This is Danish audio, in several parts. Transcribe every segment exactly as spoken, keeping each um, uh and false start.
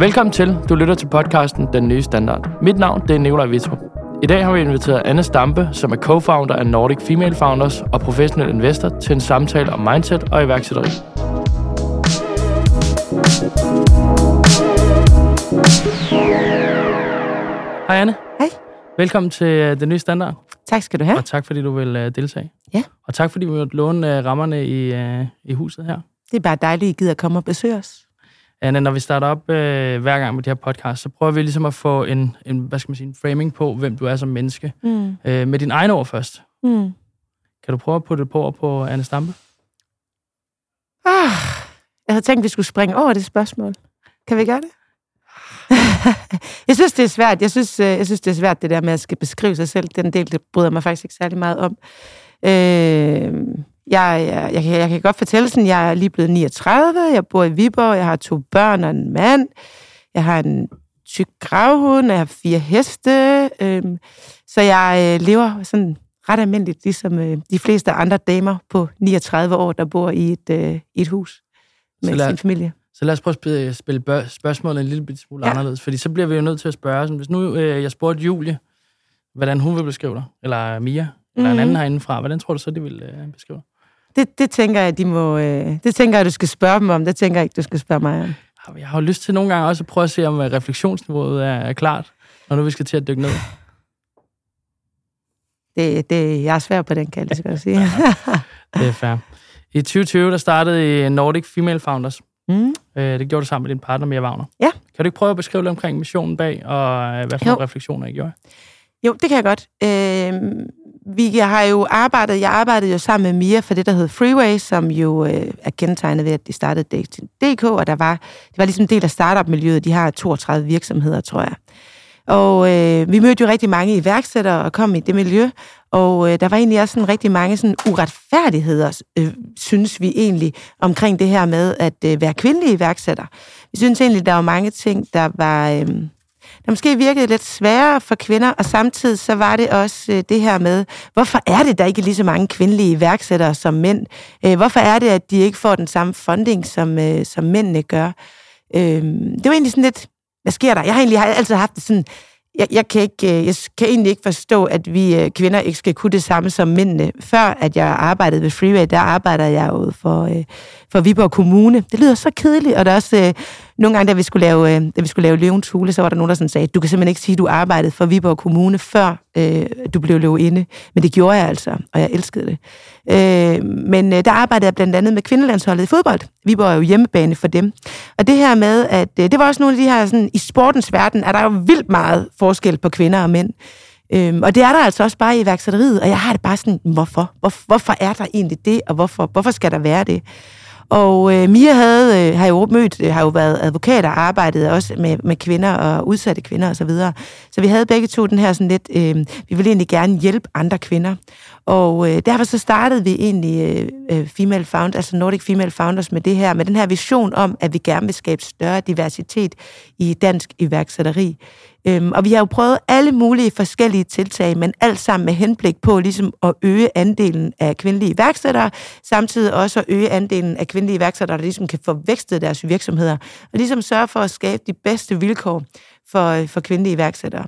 Velkommen til. Du lytter til podcasten Den Nye Standard. Mit navn det er Nikolaj Vittrup. I dag har vi inviteret Anne Stampe, som er co-founder af Nordic Female Founders og professionel investor, til en samtale om mindset og iværksætteri. Hej Anne. Hej. Velkommen til Den Nye Standard. Tak skal du have. Og tak fordi du vil uh, deltage. Ja. Og tak fordi vi måtte låne uh, rammerne i, uh, i huset her. Det er bare dejligt, at I gider komme og besøge os. Anne, når vi starter op øh, hver gang med de her podcast, så prøver vi ligesom at få en, en, hvad skal man sige, en framing på, hvem du er som menneske. Mm. Øh, med dine egne ord først. Mm. Kan du prøve at putte det på på Anne Stampe? Ah, jeg havde tænkt, at vi skulle springe over det spørgsmål. Kan vi gøre det? jeg synes, det er svært. Jeg synes, jeg synes, det er svært, det der med at skal beskrive sig selv. Den del, det bryder mig faktisk ikke særlig meget om. Øh... Jeg, jeg, jeg, kan, jeg kan godt fortælle sådan, jeg er lige blevet niogtredive, jeg bor i Viborg, jeg har to børn og en mand, jeg har en tyk gravhund, jeg har fire heste, øhm, så jeg øh, lever sådan ret almindeligt, ligesom øh, de fleste andre damer på niogtredive år, der bor i et, øh, i et hus med lad, sin familie. Så lad os prøve at spille bør- spørgsmålet en lille smule ja. anderledes, fordi så bliver vi jo nødt til at spørge, sådan, hvis nu øh, jeg spurgte Julie, hvordan hun vil beskrive dig, eller Mia, eller mm-hmm. en anden herindefra, hvordan tror du så, de vil øh, beskrive dig? Det, det tænker jeg, de må. Øh, det tænker jeg, du skal spørge dem om. Det tænker jeg ikke, du skal spørge mig om. Jeg har jo lyst til nogle gange også at prøve at se, om refleksionsniveauet er, er klart, når nu vi skal til at dykke ned. Det, det, jeg er svær på den, kan jeg lige så godt sige. Det er fair. I tyve tyve, der startede I Nordic Female Founders. Mm. Øh, det gjorde du sammen med din partner, Mia Wagner. Ja. Kan du ikke prøve at beskrive lidt omkring missionen bag, og hvad for nogle refleksioner I gjorde? Jo, det kan jeg godt. Øh, Vi har jo arbejdet, jeg arbejdede jo sammen med Mia for det, der hed Freeway, som jo øh, er kendetegnet ved, at de startede Dating punktum d k, og der var, det var ligesom en del af startup-miljøet. De har toogtredive virksomheder, tror jeg. Og øh, vi mødte jo rigtig mange iværksættere og kom i det miljø, og øh, der var egentlig også sådan rigtig mange sådan uretfærdigheder, øh, synes vi egentlig, omkring det her med at øh, være kvindelige iværksætter. Vi synes egentlig, der var mange ting, der var... Øh, der måske virkede lidt sværere for kvinder, og samtidig så var det også øh, det her med, hvorfor er det, der ikke er lige så mange kvindelige iværksættere som mænd? Øh, hvorfor er det, at de ikke får den samme funding, som, øh, som mændene gør? Øh, det var egentlig sådan lidt, hvad sker der? Jeg har egentlig altid haft det sådan, jeg, jeg, kan ikke, jeg kan egentlig ikke forstå, at vi øh, kvinder ikke skal kunne det samme som mændene. Før at jeg arbejdede ved Freeway, der arbejder jeg jo for, øh, for Viborg Kommune. Det lyder så kedeligt, og der er også... Øh, Nogle gange, da vi skulle lave, da vi skulle lave Løvens Hule, så var der nogen, der sådan sagde, du kan simpelthen ikke sige, at du arbejdede for Viborg Kommune, før øh, du blev løvinde. Men det gjorde jeg altså, og jeg elskede det. Øh, men øh, der arbejdede jeg blandt andet med kvindelandsholdet i fodbold. Viborg er jo hjemmebane for dem. Og det her med, at øh, det var også nogle af de her, sådan, i sportens verden, er der jo vildt meget forskel på kvinder og mænd. Øh, og det er der altså også bare i iværksætteriet, og jeg har det bare sådan, hvorfor? Hvor, hvorfor er der egentlig det, og hvorfor, hvorfor skal der være det? Og øh, Mia havde, øh, har jo mødt, øh, har jo været advokat og arbejdet også med, med kvinder og udsatte kvinder og så videre. Så vi havde begge to den her sådan lidt, øh, vi ville egentlig gerne hjælpe andre kvinder. Og øh, derfor så startede vi egentlig øh, Female Founders, altså Nordic Female Founders med det her, med den her vision om, at vi gerne vil skabe større diversitet i dansk iværksætteri. Øhm, og vi har jo prøvet alle mulige forskellige tiltag, men alt sammen med henblik på ligesom at øge andelen af kvindelige iværksættere, samtidig også at øge andelen af kvindelige iværksættere, der ligesom kan få vækstet deres virksomheder, og ligesom sørge for at skabe de bedste vilkår for, for kvindelige iværksættere.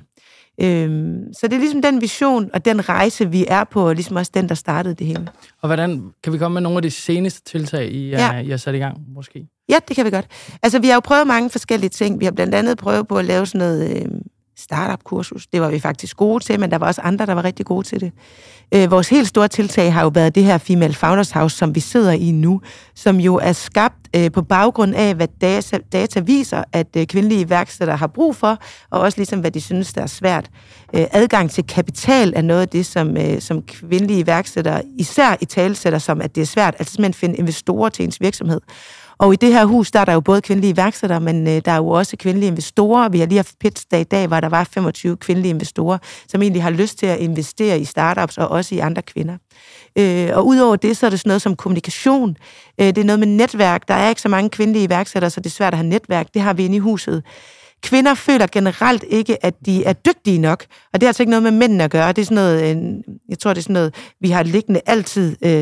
Øhm, så det er ligesom den vision og den rejse, vi er på, og ligesom også den, der startede det hele. Og hvordan kan vi komme med nogle af de seneste tiltag, I, ja. I har sat i gang, måske? Ja, det kan vi godt. Altså, vi har jo prøvet mange forskellige ting. Vi har blandt andet prøvet på at lave sådan noget øh, startup-kursus. Det var vi faktisk gode til, men der var også andre, der var rigtig gode til det. Øh, vores helt store tiltag har jo været det her Female Founders House, som vi sidder i nu, som jo er skabt øh, på baggrund af, hvad data, data viser, at øh, kvindelige iværksættere har brug for, og også ligesom, hvad de synes, der er svært. Øh, adgang til kapital er noget af det, som, øh, som kvindelige iværksættere især i talesætter, som at det er svært, altså simpelthen finde investorer til ens virksomhed. Og i det her hus, der er der jo både kvindelige iværksættere, men øh, der er jo også kvindelige investorer. Vi har lige haft pitchdag i dag, hvor der var femogtyve kvindelige investorer, som egentlig har lyst til at investere i startups og også i andre kvinder. Øh, og udover det, så er det sådan noget som kommunikation. Øh, det er noget med netværk. Der er ikke så mange kvindelige iværksættere, så det er svært at have netværk. Det har vi inde i huset. Kvinder føler generelt ikke, at de er dygtige nok, og det har altså ikke noget med mændene at gøre. Det er sådan noget, jeg tror, det er sådan noget, vi har liggende altid øh,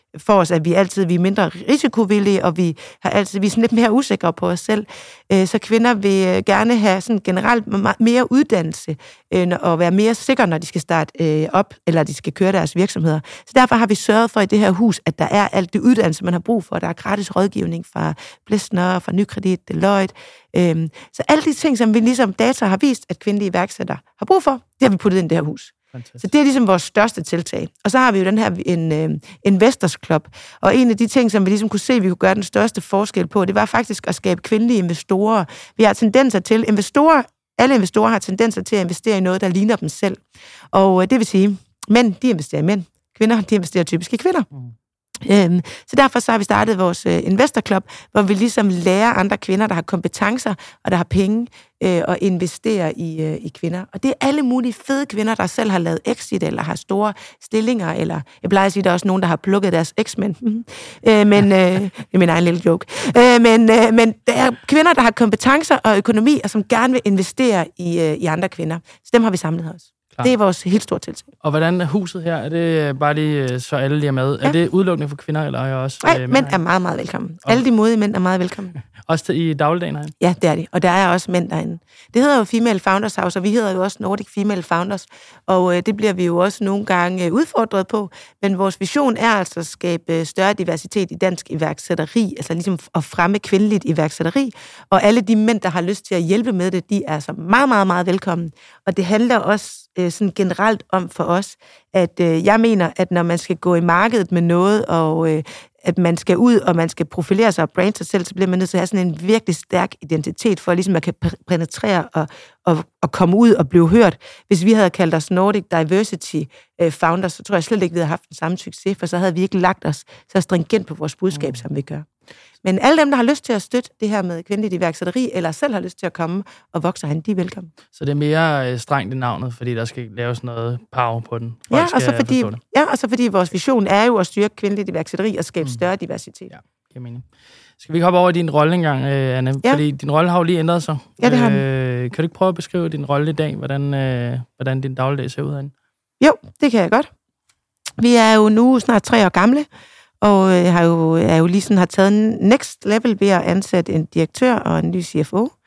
for os, at vi altid vi er mindre risikovillige, og vi har altid vi er sådan lidt mere usikre på os selv. Øh, så kvinder vil gerne have sådan generelt mere uddannelse øh, og være mere sikre, når de skal starte øh, op, eller de skal køre deres virksomheder. Så derfor har vi sørget for i det her hus, at der er alt det uddannelse, man har brug for. Der er gratis rådgivning fra Plesner, fra Nykredit, Deloitte. Øh, så alle de ting, som vi ligesom data har vist, at kvindelige iværksættere har brug for, det har vi puttet ind i det her hus. Fantastisk. Så det er ligesom vores største tiltag. Og så har vi jo den her en, øh, Investors Club. Og en af de ting, som vi ligesom kunne se, vi kunne gøre den største forskel på, det var faktisk at skabe kvindelige investorer. Vi har tendenser til, investorer, alle investorer har tendenser til at investere i noget, der ligner dem selv. Og øh, det vil sige, mænd, de investerer i mænd. Kvinder, de investerer typisk i kvinder. Mm. Øhm, så derfor så har vi startet vores øh, Investor Club, hvor vi ligesom lærer andre kvinder, der har kompetencer og der har penge, øh, at investere i, øh, i kvinder. Og det er alle mulige fede kvinder, der selv har lavet exit, eller har store stillinger, eller jeg plejer at sige, der er også nogen, der har plukket deres eksmænd. Mm-hmm. øh, men øh, det er min egen lille joke. Øh, men, øh, men der er kvinder, der har kompetencer og økonomi, og som gerne vil investere i, øh, i andre kvinder. Så dem har vi samlet os. Klar. Det er vores helt store tiltag. Og hvordan er huset her? Er det bare lige så alle lige er med? Ja. Er det udelukkende for kvinder, eller er jeg også? Nej, øh, mænd er meget, meget velkommen. Og alle de modige mænd er meget velkommen. Også til, i dagligdagen herinde? Ja, det er det. Og der er også mænd derinde. Det hedder jo Female Founders House, og vi hedder jo også Nordic Female Founders. Og øh, det bliver vi jo også nogle gange udfordret på. Men vores vision er altså at skabe større diversitet i dansk iværksætteri, altså ligesom at fremme kvindeligt iværksætteri. Og alle de mænd, der har lyst til at hjælpe med det, de er så meget, meget, meget velkommen. Og det handler også øh, sådan generelt om for os, at øh, jeg mener, at når man skal gå i markedet med noget, og øh, at man skal ud, og man skal profilere sig og brande sig selv, så bliver man nødt til at have sådan en virkelig stærk identitet, for at ligesom man kan penetrere og, og, og komme ud og blive hørt. Hvis vi havde kaldt os Nordic Diversity Founders, så tror jeg slet ikke, vi havde haft den samme succes, for så havde vi ikke lagt os så stringent på vores budskab, mm. som vi gør. Men alle dem, der har lyst til at støtte det her med kvindeligt iværksætteri, eller selv har lyst til at komme og vokse herinde, de er velkommen. Så det er mere strengt i navnet, fordi der skal laves noget power på den? Ja og, så fordi, ja, og så fordi vores vision er jo at styrke kvindeligt iværksætteri og skabe mm. større diversitet. Ja, jeg mener. Skal vi ikke hoppe over i din rolle engang, Anne? Ja. Fordi din rolle har jo lige ændret sig. Ja, det har den. Øh, kan du ikke prøve at beskrive din rolle i dag, hvordan, øh, hvordan din dagligdag ser ud herinde? Jo, det kan jeg godt. Vi er jo nu snart tre år gamle, og jeg har jo, er jo lige sådan har taget next level ved at ansætte en direktør og en ny C F O.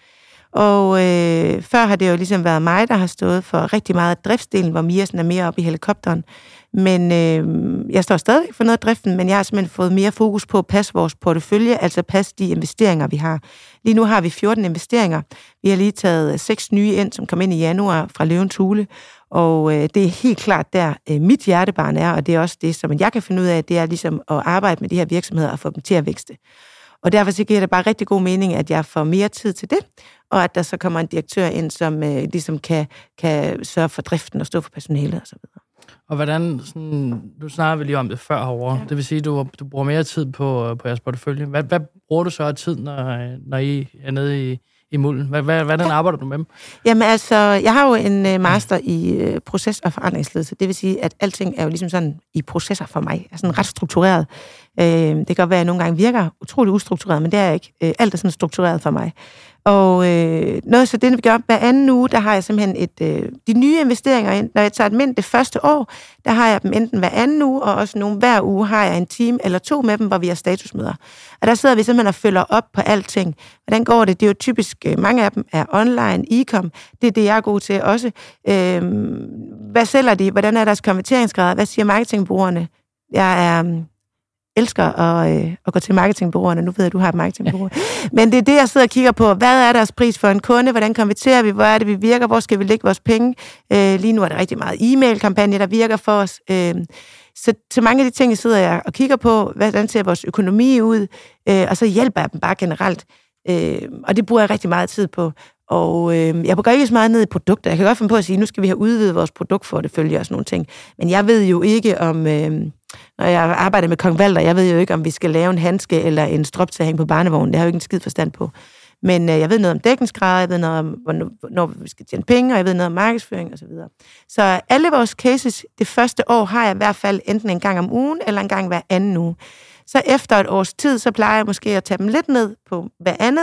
Og øh, før har det jo ligesom været mig, der har stået for rigtig meget af driftsdelen, hvor Mia sådan er mere oppe i helikopteren. Men øh, jeg står stadig for noget af driften, men jeg har simpelthen fået mere fokus på at passe vores portefølje, altså passe de investeringer, vi har. Lige nu har vi fjorten investeringer. Vi har lige taget seks nye ind, som kom ind i januar fra Løvens Hule. Og øh, det er helt klart der, øh, mit hjertebarn er, og det er også det, som jeg kan finde ud af, det er ligesom at arbejde med de her virksomheder og få dem til at vækste. Og derfor så giver det bare rigtig god mening, at jeg får mere tid til det, og at der så kommer en direktør ind, som øh, ligesom kan, kan sørge for driften og stå for personalet og så videre. Og hvordan, sådan, du snakkede vi lige om det før herovre, ja. Det vil sige, at du, du bruger mere tid på, på jeres portefølje. Hvad, hvad bruger du så af tid, når, når I er nede i, i mulden? Hvad, hvad, hvordan ja. arbejder du med dem? Jamen altså, jeg har jo en uh, master i uh, proces- og forandringsledelse. Det vil sige, at alting er jo ligesom sådan i processer for mig. Er sådan ret struktureret. Uh, det kan godt være, at jeg nogle gange virker utroligt ustruktureret, men det er jeg ikke. Uh, alt er sådan struktureret for mig. Og øh, noget så det, vi gør hver anden uge, der har jeg simpelthen et, øh, de nye investeringer ind. Når jeg tager dem ind det første år, der har jeg dem enten hver anden uge, og også nogle hver uge har jeg en time eller to med dem, hvor vi har statusmøder. Og der sidder vi simpelthen og følger op på alting. Hvordan går det? Det er jo typisk, mange af dem er online, e-com. Det er det, jeg er god til også. Øh, hvad sælger de? Hvordan er deres konverteringsgrad? Hvad siger marketingbrugerne? Jeg er... Øh, elsker at, øh, at gå til marketingbureauerne. Nu ved jeg, at du har et marketingbureau. Men det er det, jeg sidder og kigger på. Hvad er deres pris for en kunde? Hvordan konverterer vi? Hvor er det, vi virker? Hvor skal vi lægge vores penge? Øh, lige nu er der rigtig meget e-mail-kampagne, der virker for os. Øh, så til mange af de ting, sidder jeg og kigger på, hvordan ser vores økonomi ud? Øh, og så hjælper jeg dem bare generelt. Øh, og det bruger jeg rigtig meget tid på. Og øh, jeg går ikke så meget ned i produkter. Jeg kan godt finde på at sige, nu skal vi have udvidet vores produktportefølje og sådan nogle ting. Men jeg ved jo ikke om... Øh, når jeg arbejder med Kong Valder, jeg ved jo ikke, om vi skal lave en handske eller en strop til at hænge på barnevognen. Det har jeg jo ikke en skid forstand på. Men øh, jeg ved noget om dækningsgrad, jeg ved noget om, hvornår vi skal tjene penge, og jeg ved noget om markedsføring osv. Så alle vores cases det første år har jeg i hvert fald enten en gang om ugen, eller en gang hver anden uge. Så efter et års tid, så plejer jeg måske at tage dem lidt ned på hver andet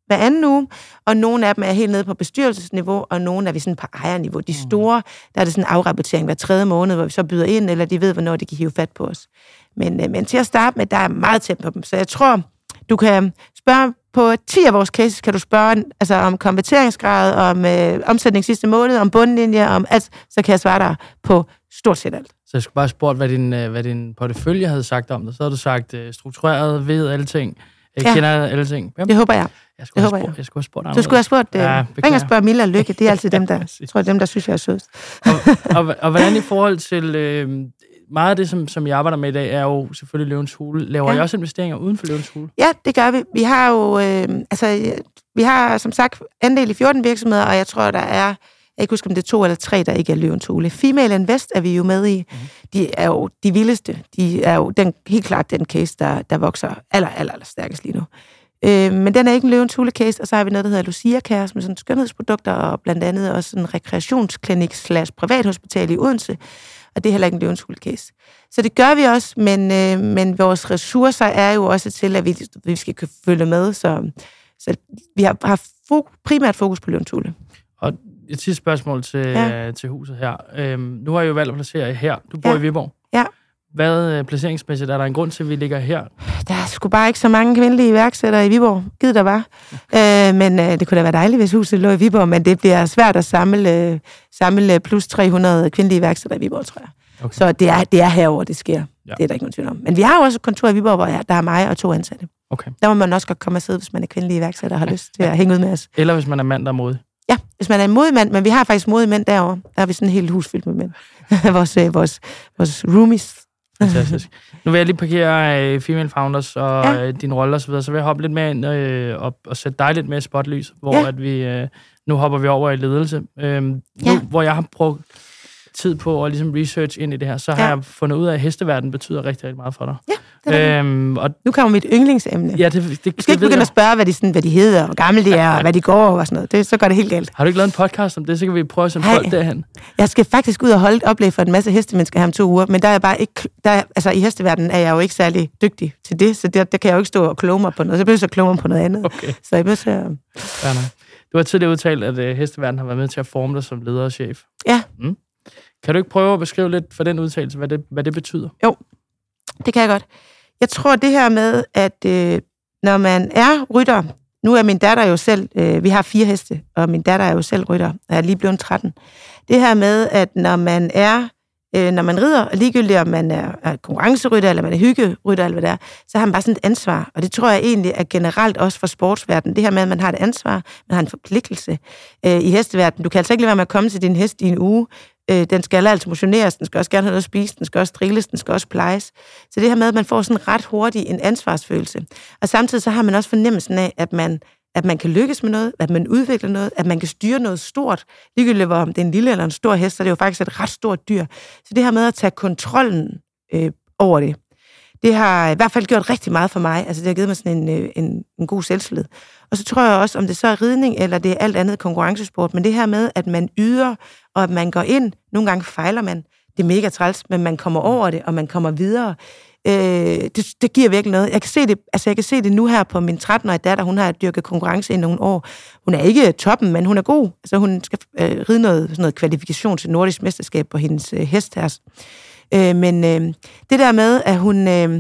hver anden uge, og nogle af dem er helt nede på bestyrelsesniveau, og nogle er vi sådan på ejerniveau. De store, der er det sådan en afrapportering hver tredje måned, hvor vi så byder ind, eller de ved, hvornår de kan hive fat på os. Men, men til at starte med, der er meget tæt på dem, så jeg tror, du kan spørge på ti af vores cases, kan du spørge altså, om konverteringsgrad, om øh, omsætning sidste måned, om bundlinje, om alt, så kan jeg svare dig på stort set alt. Så jeg skulle bare spørge, hvad din, hvad din portefølje havde sagt om det. Så havde du sagt uh, struktureret, ved alle ting, jeg ja. kender alle ting. Jamen, det håber jeg. Jeg skulle, det have, håber spurgt, jeg. jeg skulle have spurgt dig. Du skulle have spurgt, ja, ring og spørg Mille og Lykke, det er altid dem, der, jeg tror, dem, der synes, jeg er sødest. og, og, og hvordan i forhold til... Øh, meget af det, som, som jeg arbejder med i dag, er jo selvfølgelig Løvens Hule. Laver ja. I også investeringer uden for Løvens Hule? Ja, det gør vi. Vi har jo, øh, altså, vi har som sagt andel i fjorten virksomheder, og jeg tror, der er, jeg ikke husker, om det er to eller tre, der ikke er Løvens Hule. Female Invest er vi jo med i. Mm-hmm. De er jo de vildeste. De er jo den, helt klart den case, der, der vokser aller, aller, aller stærkest lige nu. Øh, men den er ikke en Løvens Hule case, og så har vi noget, der hedder Lucia Care, som er sådan skønhedsprodukter, og blandt andet også en rekreationsklinik slash privathospital i Odense. Og det er heller ikke en Løvens Hule case. Så det gør vi også, men, øh, men vores ressourcer er jo også til, at vi, vi skal kunne følge med. Så, så vi har haft fokus, primært fokus på Løvens Hule. Og et sidste spørgsmål til, ja. til huset her. Øhm, nu har jeg jo valgt at placere jer her. Du bor ja. i Viborg. Ja. Hvad placeringsmæssigt er der en grund til, at vi ligger her? Der er sgu bare ikke så mange kvindelige iværksættere i Viborg. Gid der var. øh, men øh, det kunne da være dejligt, hvis huset lå i Viborg, men det bliver svært at samle, øh, samle plus tre hundrede kvindelige iværksættere i Viborg, tror jeg. Okay. Så det er, det er herover det sker. Ja. Det er der ikke nogen tvivl om. Men vi har jo også et kontor i Viborg, hvor jeg, der er mig og to ansatte. Okay. Der må man også godt komme og sidde, hvis man er kvindelig iværksætter og har lyst til at hænge ud med os. Eller hvis man er mand, der er modig. Ja, hvis man er en modig mand, men vi har faktisk modige mænd derovre. Der har vi sådan et helt hus fyldt med mænd. vores, øh, vores, vores roomies. Fantastisk. Nu vil jeg lige parkere uh, Female Founders og ja. uh, din rolle og så videre, så vil jeg hoppe lidt med ind uh, og, og sætte dig lidt mere i spotlys, hvor ja. at vi, uh, nu hopper vi over i ledelse. Uh, nu, ja. Hvor jeg har brugt tid på at ligesom research ind i det her, så har ja. jeg fundet ud af, at hesteverden betyder rigtig, rigtig meget for dig. Ja, det er øhm, og nu kommer mit yndlingsemne. Ja, det, det, det, du skal ikke begynde jeg. at spørge, hvad de, sådan, hvad de hedder, hvor gamle de er, og hvad de går og sådan noget. Det, så går det helt galt. Har du ikke lavet en podcast om det, så kan vi prøve at sende folk derhen. Jeg skal faktisk ud og holde et oplæg for en masse hestemennesker her om to uger, men der er jeg bare ikke, der, altså i hesteverdenen er jeg jo ikke særlig dygtig til det, så der, der kan jeg jo ikke stå og kloge mig på noget. Så jeg bliver så kloge mig på noget andet. Okay. Så jeg bliver så... Ja, nej. Du har tidligere udtalt, at uh, hesteverdenen har været med til at forme dig som leder og chef. Ja. Mm. Kan du ikke prøve at beskrive lidt for den udtalelse, hvad det, hvad det betyder? Jo, det kan jeg godt. Jeg tror det her med, at øh, når man er rytter, nu er min datter jo selv, øh, vi har fire heste, og min datter er jo selv rytter, og er lige blevet tretten. Det her med, at når man er, øh, når man rider, ligegyldigt om man er, er konkurrencerytter, eller man er hyggerytter, eller hvad det er, så har man bare sådan et ansvar. Og det tror jeg egentlig er generelt også for sportsverdenen. Det her med, at man har et ansvar, man har en forpligtelse øh, i hesteverdenen. Du kan altså ikke lade være med at komme til din hest i en uge. Den skal altså motioneres, den skal også gerne have noget at spise, den skal også drilles, den skal også plejes. Så det her med, at man får sådan ret hurtigt en ansvarsfølelse. Og samtidig så har man også fornemmelsen af, at man, at man kan lykkes med noget, at man udvikler noget, at man kan styre noget stort. Ligegyldigt om det er en lille eller en stor hest, så det er jo faktisk et ret stort dyr. Så det her med at tage kontrollen øh, over det, det har i hvert fald gjort rigtig meget for mig. Altså det har givet mig sådan en, en, en god selvtillid. Og så tror jeg også, om det så er ridning, eller det er alt andet konkurrencesport, men det her med, at man yder, og at man går ind, nogle gange fejler man, det er mega træls, men man kommer over det, og man kommer videre. Øh, det, det giver virkelig noget. Jeg kan se det, altså jeg kan se det nu her på min tretten-årige datter, hun har dyrket konkurrence i nogle år. Hun er ikke toppen, men hun er god. Altså hun skal øh, ride noget, sådan noget kvalifikation til nordisk mesterskab på hendes øh, hest her. Øh, men øh, det der med, at hun... Øh,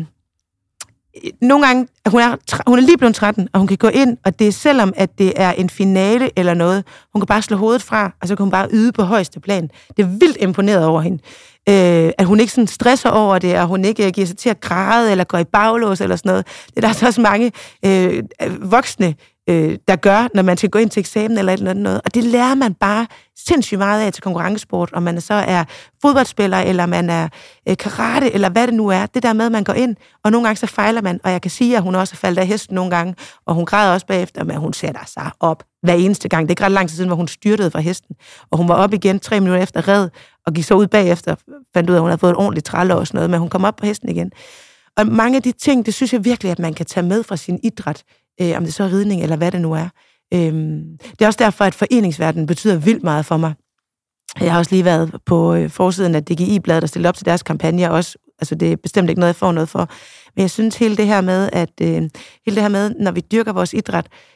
nogle gange, hun er, hun er lige blevet tretten, og hun kan gå ind, og det er selvom, at det er en finale eller noget, hun kan bare slå hovedet fra, og så kan hun bare yde på højeste plan. Det er vildt imponeret over hende. Øh, at hun ikke sådan stresser over det, og hun ikke giver sig til at græde, eller går i baglås, eller sådan noget. Det er der altså også mange øh, voksne, øh, der gør, når man skal gå ind til eksamen, eller et eller andet noget. Og det lærer man bare sindssygt meget af til konkurrencesport, om man så er fodboldspiller, eller man er øh, karate, eller hvad det nu er. Det der med, at man går ind, og nogle gange så fejler man, og jeg kan sige, at hun også er faldet af hesten nogle gange, og hun græder også bagefter, men hun sætter sig op hver eneste gang. Det er ikke ret lang tid siden, hvor hun styrtede fra hesten, og hun var op igen tre minutter efter red, og gik så ud bagefter, fandt ud af, at hun havde fået et ordentligt trælle og sådan noget, men hun kom op på hesten igen. Og mange af de ting, det synes jeg virkelig, at man kan tage med fra sin idræt, øh, om det så er ridning, eller hvad det nu er. Øhm, det er også derfor, at foreningsverdenen betyder vildt meget for mig. Jeg har også lige været på øh, forsiden af D G I-bladet, der stiller op til deres kampagne også. Altså, det er bestemt ikke noget, jeg får noget for. Men jeg synes, hele det her med, at øh, hele det her med, når vi dyrker vores idræt,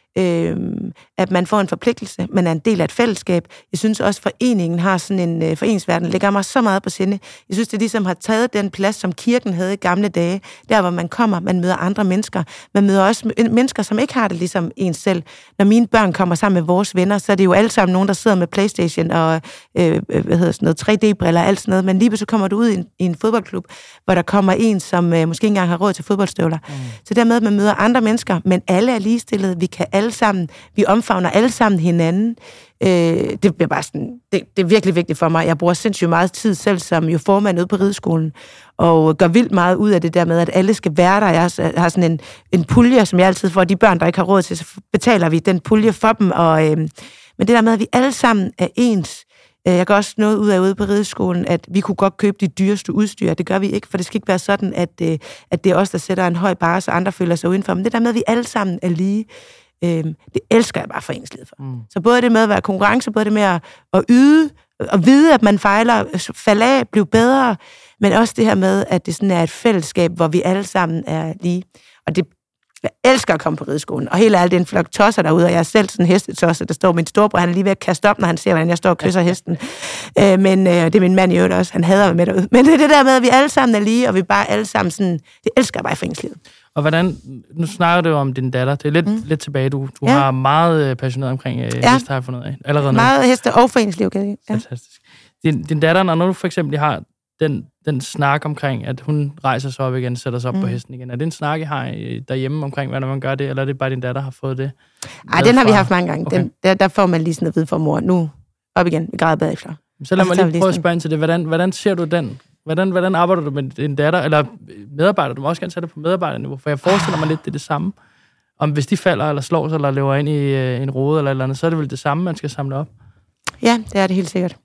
øh, at man får en forpligtelse, man er en del af et fællesskab. Jeg synes også, foreningen har sådan en, øh, foreningsverden ligger mig så meget på sinde. Jeg synes, det er ligesom har taget den plads, som kirken havde i gamle dage, der hvor man kommer, man møder andre mennesker. Man møder også mennesker, som ikke har det ligesom en selv. Når mine børn kommer sammen med vores venner, så er det jo alle sammen nogen, der sidder med PlayStation og øh, hvad hedder sådan noget, tre D-briller og alt sådan noget, men lige så kommer du ud i en, i en fodboldklub, hvor der kommer en, som øh, måske ikke engang har råd til fodboldstøvler. Mm. Så dermed, at man møder andre mennesker, men alle er ligestillede, vi kan alle sammen, vi omfavner alle sammen hinanden. Øh, det bliver bare sådan, det, det er virkelig vigtigt for mig. Jeg bruger sindssygt meget tid selv som jo formand ude på rideskolen, og gør vildt meget ud af det der med, at alle skal være der. Jeg har sådan en, en pulje, som jeg altid får de børn, der ikke har råd til, så betaler vi den pulje for dem. Og, øh, men det der med, at vi alle sammen er ens. Jeg gør også noget ud af ude på rideskolen, at vi kunne godt købe de dyreste udstyr. Det gør vi ikke, for det skal ikke være sådan, at, øh, at det er os, der sætter en høj barre, så andre føler sig udenfor. Men det der med, at vi alle sammen er lige, øh, det elsker jeg bare foreningslivet for. Mm. Så både det med at være konkurrence, både det med at, at yde, og vide, at man fejler, falde af, blive bedre, men også det her med, at det sådan er et fællesskab, hvor vi alle sammen er lige. Og det jeg elsker at komme på rideskolen, og helt ærligt, det er en flok tosser derude, og jeg er selv sådan en hestetosser, der står min storebror, han er lige ved at kaste op, når han ser, hvordan jeg står og kysser hesten. Øh, men øh, det er min mand i øvrigt også, han hader mig med derude. Men det er det der med, at vi alle sammen er lige, og vi bare alle sammen sådan, det elsker jeg bare i foreningslivet. Og hvordan, nu snakker du om din datter, det er lidt, mm. lidt tilbage, du, du ja. har meget passioneret omkring øh, ja. heste, har jeg fundet af. Allerede meget nu. Heste og foreningsliv, kan jeg ja. Fantastisk. Din, din datter, når du for eksempel har den, den snak omkring, at hun rejser sig op igen, sætter sig op mm. på hesten igen. Er det en snak, I har derhjemme omkring, hvordan man gør det, eller er det bare din datter, har fået det? Nej, den har vi haft mange gange. Okay. Den, der, der får man lige sådan at vide fra mor. Nu op igen, vi græder bagefter. Så lad mig lige prøve at spørge ind til det. Hvordan, hvordan ser du den? Hvordan, hvordan arbejder du med din datter, eller medarbejder? Du må også gerne sætte det på medarbejderniveau, for jeg forestiller mig lidt, det er det samme. Om hvis de falder, eller slår sig, eller løber ind i øh, en rode, eller et eller andet, så er det vel det samme, man skal samle op? Ja, det er det helt sikkert.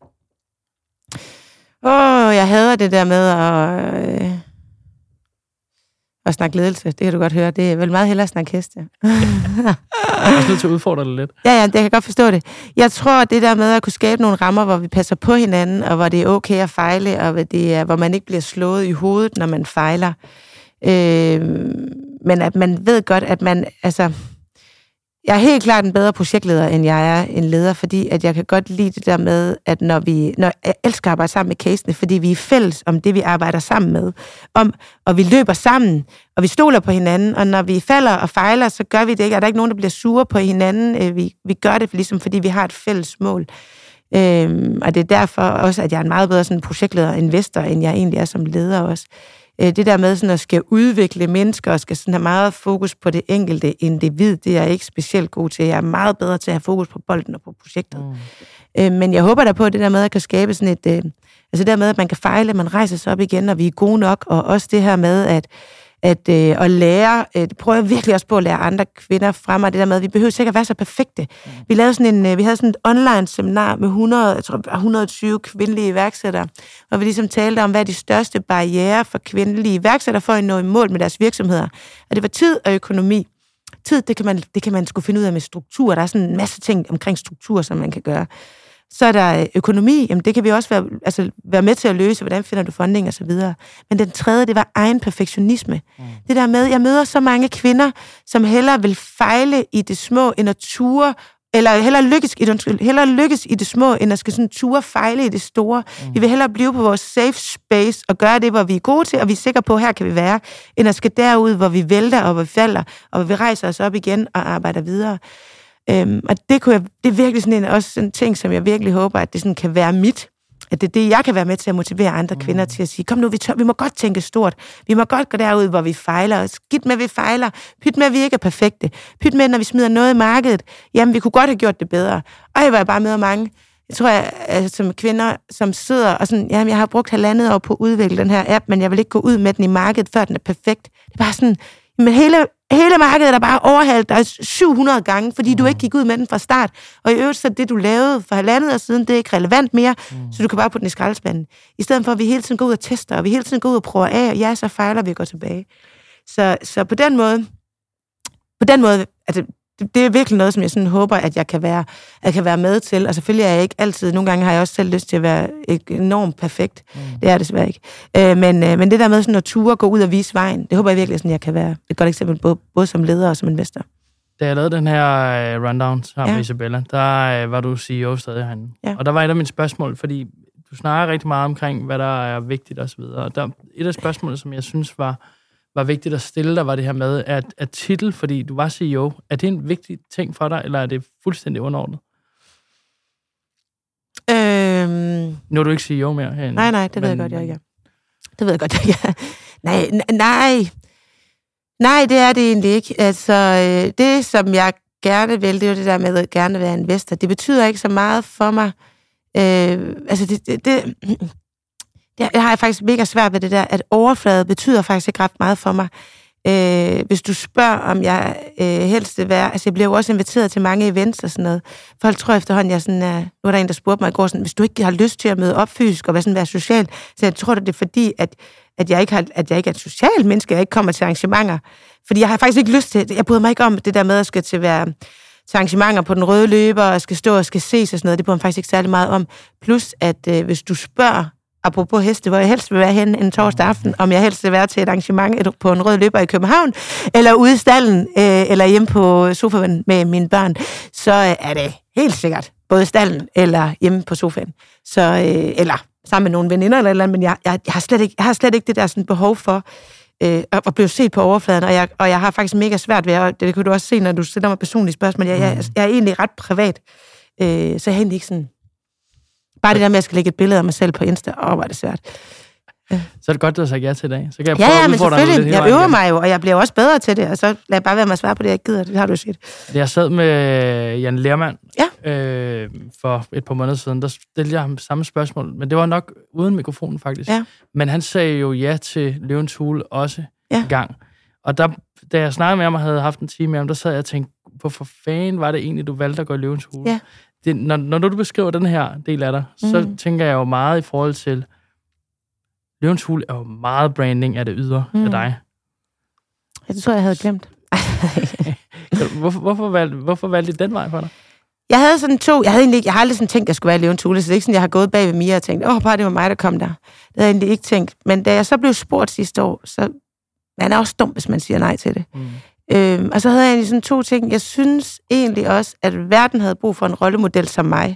Åh, oh, jeg hader det der med at, øh, at snakke ledelse. Det kan du godt høre. Det er vel meget hellere at snakke heste. Jeg er også nødt til at udfordre det lidt. Ja, ja, det kan jeg godt forstå det. Jeg tror, det der med at kunne skabe nogle rammer, hvor vi passer på hinanden, og hvor det er okay at fejle, og hvor, det er, hvor man ikke bliver slået i hovedet, når man fejler. Øh, men at man ved godt, at man... altså jeg er helt klart en bedre projektleder, end jeg er en leder, fordi at jeg kan godt lide det der med, at når vi, når jeg elsker at arbejde sammen med casene, fordi vi er fælles om det, vi arbejder sammen med, om, og vi løber sammen, og vi stoler på hinanden, og når vi falder og fejler, så gør vi det ikke. Er der ikke nogen, der bliver sure på hinanden? Vi, vi gør det ligesom, fordi vi har et fælles mål. Øhm, og det er derfor også, at jeg er en meget bedre sådan projektleder, investor, end jeg egentlig er som leder også. Det der med sådan at skal udvikle mennesker og skal sådan have meget fokus på det enkelte individ, det er jeg ikke specielt god til. Jeg er meget bedre til at have fokus på bolden og på projektet. Mm. Men jeg håber da på, at det der med at kan skabe sådan et... Altså det der med, at man kan fejle, man rejser sig op igen, og vi er gode nok, og også det her med at, at, at lære... Det prøver jeg virkelig også på at lære andre kvinder fra mig, det der med, at vi behøver sikkert være så perfekte. Mm. Vi lavede sådan en, vi havde sådan et online seminar med hundrede, jeg tror, et hundrede og tyve kvindelige iværksættere, hvor vi ligesom talte om, hvad er de største barrierer for kvindelige iværksættere for at nå i mål med deres virksomheder. Og det var tid og økonomi. Tid, det kan man, det kan man sgu finde ud af med struktur. Der er sådan en masse ting omkring struktur, som man kan gøre. Så er der økonomi, jamen det kan vi også være, altså være med til at løse, hvordan finder du funding og så videre. Men den tredje, det var egen perfektionisme. Mm. Det der med, jeg møder så mange kvinder, som hellere vil fejle i det små, end at ture, eller hellere lykkes i det, hellere lykkes i det små, end at skal sådan ture fejle i det store. Mm. Vi vil hellere blive på vores safe space og gøre det, hvor vi er gode til, og vi er sikre på, her kan vi være, end at skal derud, hvor vi vælter og hvor vi falder, og hvor vi rejser os op igen og arbejder videre. Øhm, og det, kunne jeg, det er virkelig sådan en, også en ting, som jeg virkelig håber, at det sådan kan være mit. At det er det, jeg kan være med til at motivere andre mm. kvinder til at sige, kom nu, vi, tør, vi må godt tænke stort. Vi må godt gå derud, hvor vi fejler. Skidt med, at vi fejler. Pyt med, at vi ikke er perfekte. Pyt med, når vi smider noget i markedet. Jamen, vi kunne godt have gjort det bedre. Og jeg var bare med mange, jeg tror, jeg, altså, som kvinder, som sidder og sådan, jamen, jeg har brugt halvandet år på at udvikle den her app, men jeg vil ikke gå ud med den i markedet, før den er perfekt. Det er bare sådan, men hele... Hele markedet er bare overhældt dig syv hundrede gange, fordi mm. du ikke gik ud med den fra start. Og i øvrigt så det, du lavede for halvandet år siden, det er ikke relevant mere, mm. så du kan bare putte den i skraldespanden. I stedet for, at vi hele tiden går ud og tester, og vi hele tiden går ud og prøver af, og ja, så fejler vi og går tilbage. Så, så på den måde, på den måde, altså, det, det er virkelig noget, som jeg sådan håber, at jeg kan være, at jeg kan være med til. Og selvfølgelig er jeg ikke altid, nogle gange har jeg også selv lyst til at være enormt perfekt. Mm. Det er jeg desværre ikke. Øh, men, øh, men det der med sådan at ture, gå ud og vise vejen, det håber jeg virkelig, sådan, jeg kan være et godt eksempel, både, både som leder og som investor. Da jeg lavede den her uh, rundown sammen ja. med Isabella, der uh, var du C E O stadig herinde. Ja. Og der var et af mine spørgsmål, fordi du snakker rigtig meget omkring, hvad der er vigtigt og så videre. Og der, et af spørgsmålene, som jeg synes var, var vigtigt at stille dig, var det her med, at, at titel, fordi du var C E O, er det en vigtig ting for dig, eller er det fuldstændig underordnet? Øhm... Nu er du ikke C E O mere herinde. Nej, nej, det ved men... jeg godt, jeg ikke er. Det ved jeg godt, jeg ikke er. Nej, nej. Nej, det er det egentlig ikke. Altså, det, som jeg gerne vil, det er jo det der med at gerne være investor. Det betyder ikke så meget for mig. Øh, altså, det, det, det, det har jeg faktisk mega svært ved det der, at overflade betyder faktisk ikke ret meget for mig. Øh, hvis du spørger, om jeg øh, helst vil være... Altså, jeg bliver jo også inviteret til mange events og sådan noget. Folk tror efterhånden, jeg sådan er... Nu var der en, der spurgte mig i går sådan, hvis du ikke har lyst til at møde op fysisk og være, sådan, være social, så jeg tror, det er fordi, at at jeg ikke har, at jeg ikke er et socialt menneske, jeg ikke kommer til arrangementer. Fordi jeg har faktisk ikke lyst til, jeg bryder mig ikke om det der med, at jeg skal til være til arrangementer på den røde løber, og skal stå og skal ses og sådan noget. Det bryder mig faktisk ikke særlig meget om. Plus, at øh, hvis du spørger, apropos heste, hvor jeg helst vil være henne en torsdag aften, om jeg helst vil være til et arrangement på en rød løber i København, eller ude i stallen, øh, eller hjemme på sofaen med mine børn, så øh, er det helt sikkert både i stallen eller hjemme på sofaen. Så, øh, eller sammen med nogle veninder eller eller andet, men jeg, jeg, jeg, har slet ikke, jeg har slet ikke det der sådan behov for øh, at blive set på overfladen, og jeg, og jeg har faktisk mega svært ved, og det, det kan du også se, når du stiller mig personlige spørgsmål. Jeg, jeg, jeg er egentlig ret privat, øh, så jeg er egentlig ikke sådan... Bare det der med, at jeg skal lægge et billede af mig selv på Insta, åh, hvor er det svært. Ja. Så er det godt, du har sagt ja til i dag. Så kan jeg ja, prøve ja, at men udfordre selvfølgelig. Lidt jeg øver mig jo, og jeg bliver også bedre til det, og så lad jeg bare være med at svare på det, jeg ikke gider. Det har du jo set. Jeg sad med Jan Lermand ja. øh, for et par måneder siden. Der stillede jeg ham samme spørgsmål, men det var nok uden mikrofonen faktisk. Ja. Men han sagde jo ja til Løvens Hule også ja. en gang. Og der, da jeg snakkede med ham og havde haft en time med ham, der sad jeg og tænkte, hvorfor fanden var det egentlig, du valgte at gå i Løvens Hule? Ja. Det, når, når du beskriver den her del af dig, mm. så tænker jeg jo meget i forhold til, Løvens Hule er jo meget branding af det ydre mm. af dig. Jeg tror, jeg havde glemt. hvorfor, hvorfor, valgte, hvorfor valgte I den vej for dig? Jeg havde sådan to, jeg havde egentlig ikke, jeg har aldrig sådan tænkt, at jeg skulle være i Løvens Hule, så det er ikke sådan, jeg har gået bag ved Mia og tænkt, åh, bare det var mig, der kom der. Det havde jeg egentlig ikke tænkt. Men da jeg så blev spurgt sidste år, så man er også dum, hvis man siger nej til det. Mm. Øhm, og så havde jeg egentlig sådan to ting. Jeg synes egentlig også, at verden havde brug for en rollemodel som mig.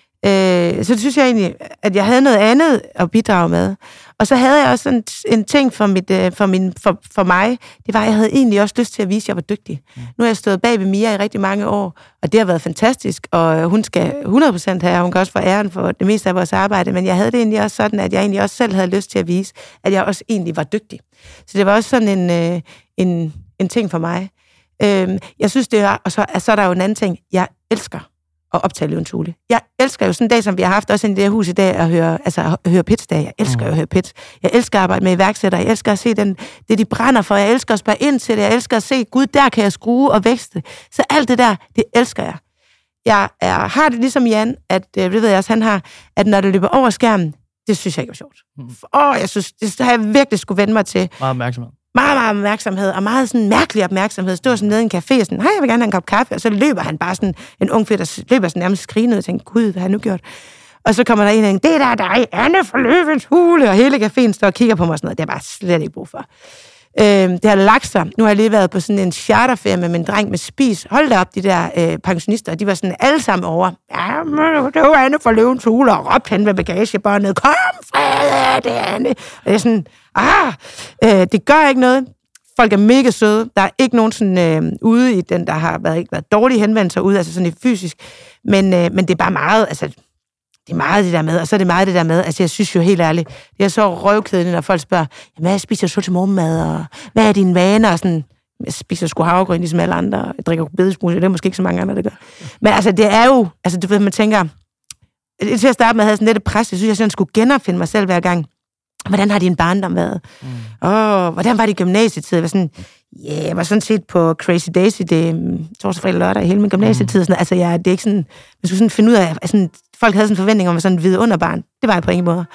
Øh, så det synes jeg egentlig, at jeg havde noget andet at bidrage med. Og så havde jeg også en, en ting for, mit, for, min, for, for mig, det var, at jeg havde egentlig også lyst til at vise, at jeg var dygtig. Mm. Nu har jeg stået bag ved Mia i rigtig mange år, og det har været fantastisk, og hun skal hundrede procent have, hun kan også få æren for det meste af vores arbejde, men jeg havde det egentlig også sådan, at jeg egentlig også selv havde lyst til at vise, at jeg også egentlig var dygtig. Så det var også sådan en, en, en ting for mig. Jeg synes, det er, og så, så er der jo en anden ting, jeg elsker at optage Løvens Hule. Jeg elsker jo sådan en dag, som vi har haft også i det her hus i dag, at høre, altså, at høre Pits-dag. Jeg elsker mm. at høre Pits. Jeg elsker at arbejde med iværksættere. Jeg elsker at se den, det, de brænder for. Jeg elsker at spørge ind til det. Jeg elsker at se, gud, der kan jeg skrue og vækste. Så alt det der, det elsker jeg. Jeg er, har det ligesom Jan, at, det ved jeg også, han har, at når det løber over skærmen, det synes jeg ikke var sjovt. Mm. Åh, jeg synes, det har jeg virkelig skulle vende mig til. Meget opmærksomhed. Meget, meget opmærksomhed, og meget sådan mærkelig opmærksomhed. Stå sådan nede i en café og sådan, hej, jeg vil gerne have en kop kaffe, og så løber han bare sådan, en ung fyr, der løber sådan nærmest skrigende og tænker, gud, hvad har han nu gjort? Og så kommer der en og en, det er der dig, Anne fra Løvens Hule, og hele caféen står og kigger på mig og sådan noget. Det er bare slet ikke brug for. Øhm, det har lagt sig. Nu har jeg lige været på sådan en charterferie med min dreng med spis. Hold da op, de der øh, pensionister, de var sådan alle sammen over. Ja, det var Anne fra Løvens Hule, og råbte han med bagagebåndet, kom, Frede, det er Anne. Og det er sådan, ah, øh, det gør ikke noget. Folk er mega søde. Der er ikke nogen sådan, øh, ude i den, der har været, ikke været dårlige henvendelser ude, altså sådan i fysisk. Men, øh, men det er bare meget, altså, det er meget det der med, og så er det meget det der med, altså jeg synes jo helt ærligt, det er så røvkedeligt, når folk spørger, hvad spiser du til morgenmad, og hvad er dine vaner, og sådan, jeg spiser sgu havregryn ligesom alle andre, jeg drikker bedesmuse, det er måske ikke så mange andre, der gør. Men altså, det er jo, altså du ved, man tænker, til at starte med, at jeg havde sådan lidt pres, jeg synes, jeg sådan skulle genopfinde mig selv hver gang. Hvordan har din barndom været? Mm. Åh, hvordan var det i gymnasietid? Jeg var sådan, ja, yeah, jeg var sådan set på Crazy Daisy, det er torsdag, fredag, lørdag i hele min gymnasietid. Mm. Sådan, altså, jeg, det er ikke sådan, man skulle sådan finde ud af, altså, folk havde sådan en forventning om at sådan vidunderbarn. Det var jeg på ingen måde.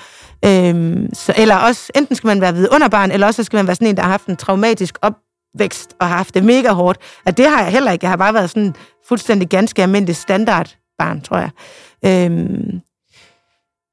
Øhm, så, eller også, enten skal man være vidunderbarn, eller også skal man være sådan en, der har haft en traumatisk opvækst, og har haft det mega hårdt. Og det har jeg heller ikke. Jeg har bare været sådan fuldstændig ganske almindelig standardbarn, tror jeg. Øhm,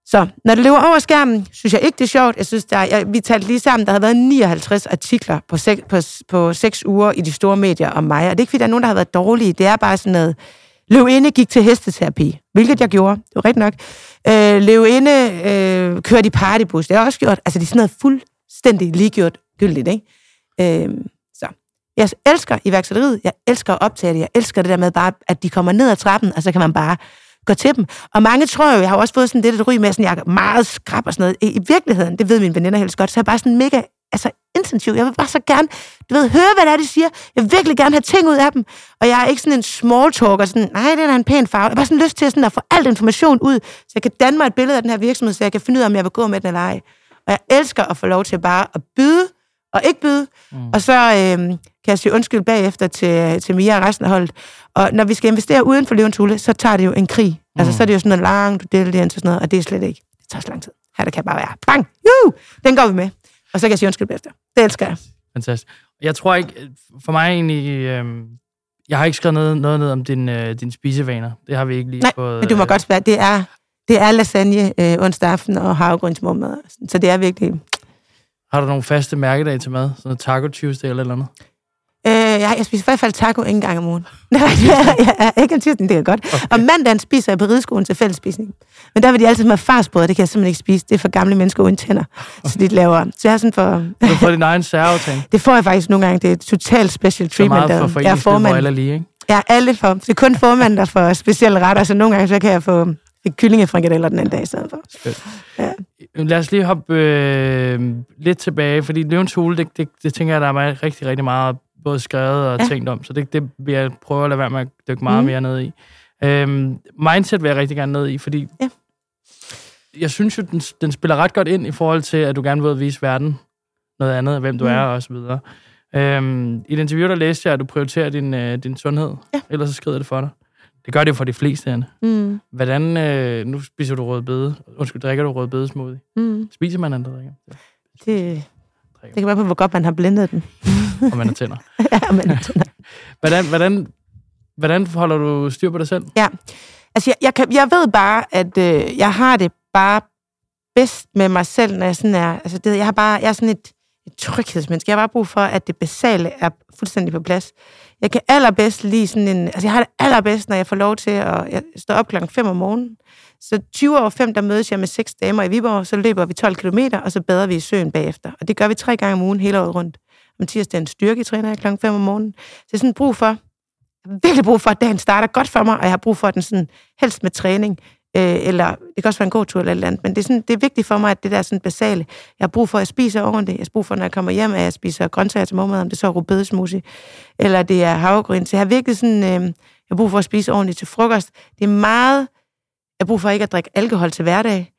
Så når det løber over skærmen, synes jeg ikke, det er sjovt. Jeg synes, der er, jeg, vi talte lige sammen, der har været nioghalvtreds artikler på, sek, på, på seks uger i de store medier om mig. Og det er ikke, fordi der er nogen, der har været dårlige. Det er bare sådan noget, løvinde gik til hesteterapi, hvilket jeg gjorde. Det var rigtigt nok. Øh, løvinde øh, kørte i partybus. Det har jeg også gjort. Altså, det er sådan noget fuldstændig liggjort gyldigt, ikke? Øh, så. Jeg elsker iværksætteriet. Jeg elsker at optage det. Jeg elsker det der med bare, at de kommer ned ad trappen, og så kan man bare gå til dem. Og mange tror jo, jeg har også fået sådan lidt et ry med, sådan, jeg er meget skrab og sådan noget. I, i virkeligheden, det ved mine veninder helt godt, så er jeg bare sådan mega, altså intensiv. Jeg vil bare så gerne, du ved, høre, hvad det er, de siger. Jeg vil virkelig gerne have ting ud af dem. Og jeg er ikke sådan en small talker, sådan, nej, det er en pæn farve. Jeg har bare sådan lyst til sådan at få alt information ud, så jeg kan danne mig et billede af den her virksomhed, så jeg kan finde ud af, om jeg vil gå med den eller ej. Og jeg elsker at få lov til bare at byde, og ikke byde. Mm. Og så øh, kan jeg sige undskyld bagefter til, til Mia og resten af holdet. Og når vi skal investere uden for Løvens Hule, så tager det jo en krig. Mm. Altså, så er det jo sådan noget langt, diligence og sådan noget, og det er slet ikke. Det tager så lang tid. Her der kan bare være, bang, juhu, den går vi med. Og så kan jeg sige undskyld bagefter. Det elsker jeg. Fantastisk. Jeg tror ikke, for mig egentlig, øh, jeg har ikke skrevet noget, noget ned om din, øh, din spisevaner. Det har vi ikke lige Nej, fået. men du må øh, godt spørge. Det er, det er lasagne øh, onsdag aften og havregrynsmormad. Så det er virkelig. Har du nogle faste mærkedage til mad? Sådan noget Taco Tuesday eller eller andet? Øh, jeg, jeg spiser i hvert fald taco en gang om ugen. jeg er ikke om tirsdagen, det er godt. Okay. Og mandagen spiser jeg på rideskolen til fællesspisning. Men der vil de altid med farsbrød, det kan jeg simpelthen ikke spise. Det er for gamle mennesker uden tænder. Okay. Så de laver. Så jeg er sådan for. Du får din egen særaftale. Det får jeg faktisk nogle gange. Det er et totalt special treatment. Så meget for jeg er formand. Alle lige, ikke? Ja, alle for. Det er kun formand, der får specielle retter, så nogle gange så kan jeg få kyllingefrikadeller den anden dag i stedet for. Ja. Lad os lige hoppe øh, lidt tilbage, fordi Løvens Hule, det, det, det tænker jeg, der er rigtig, rigtig meget både skrevet og ja. tænkt om, så det, det vil jeg prøve at lade være med at dykke meget mm. mere ned i. Øhm, mindset vil jeg rigtig gerne ned i, fordi ja. jeg synes jo, den, den spiller ret godt ind i forhold til, at du gerne vil vise verden noget andet, hvem du mm. er og så videre. Øhm, I et interview, der læste jeg, at du prioriterer din, øh, din sundhed, ja. ellers så skrider det for dig. Det gør det jo for de fleste, Anne. Mm. Hvordan, øh, nu spiser du rødbede, undskyld, drikker du rødbede smoothie? Mm. Spiser man andre drikker? Ja. Det, det kan være på, hvor godt man har blendet den. Og man har tænder. ja, man har tænder. hvordan, hvordan, hvordan holder du styr på dig selv? Ja, altså jeg, jeg, kan, jeg ved bare, at øh, jeg har det bare bedst med mig selv, når jeg sådan er, altså det, jeg har bare, jeg er sådan et, et tryghedsmenneske. Jeg har bare brug for, at det basale er fuldstændig på plads. Jeg kan allerbedst lide sådan en, altså jeg har det allerbedst, når jeg får lov til at, jeg står op klokken fem om morgenen. Så tyve over fem, der mødes jeg med seks damer i Viborg, så løber vi tolv kilometer, og så bader vi i søen bagefter. Og det gør vi tre gange om ugen hele året rundt. Om tirsdagen styrketræner jeg klokken fem om morgenen. Så jeg har sådan brug for, jeg har virkelig brug for, at dagen starter godt for mig, og jeg har brug for, at den sådan helst med træning, øh, eller det kan også være en god tur eller et eller andet, men det er, sådan, det er vigtigt for mig, at det der er sådan basale. Jeg har brug for, at jeg spiser ordentligt. Jeg har brug for, når jeg kommer hjem, at jeg spiser grøntsager til morgenmad, om det så er rødbedesmousse, eller det er havregryn. Så jeg har virkelig sådan, øh, jeg har brug for at spise ordentligt til frokost. Det er meget, jeg har brug for ikke at drikke alkohol til hverdag.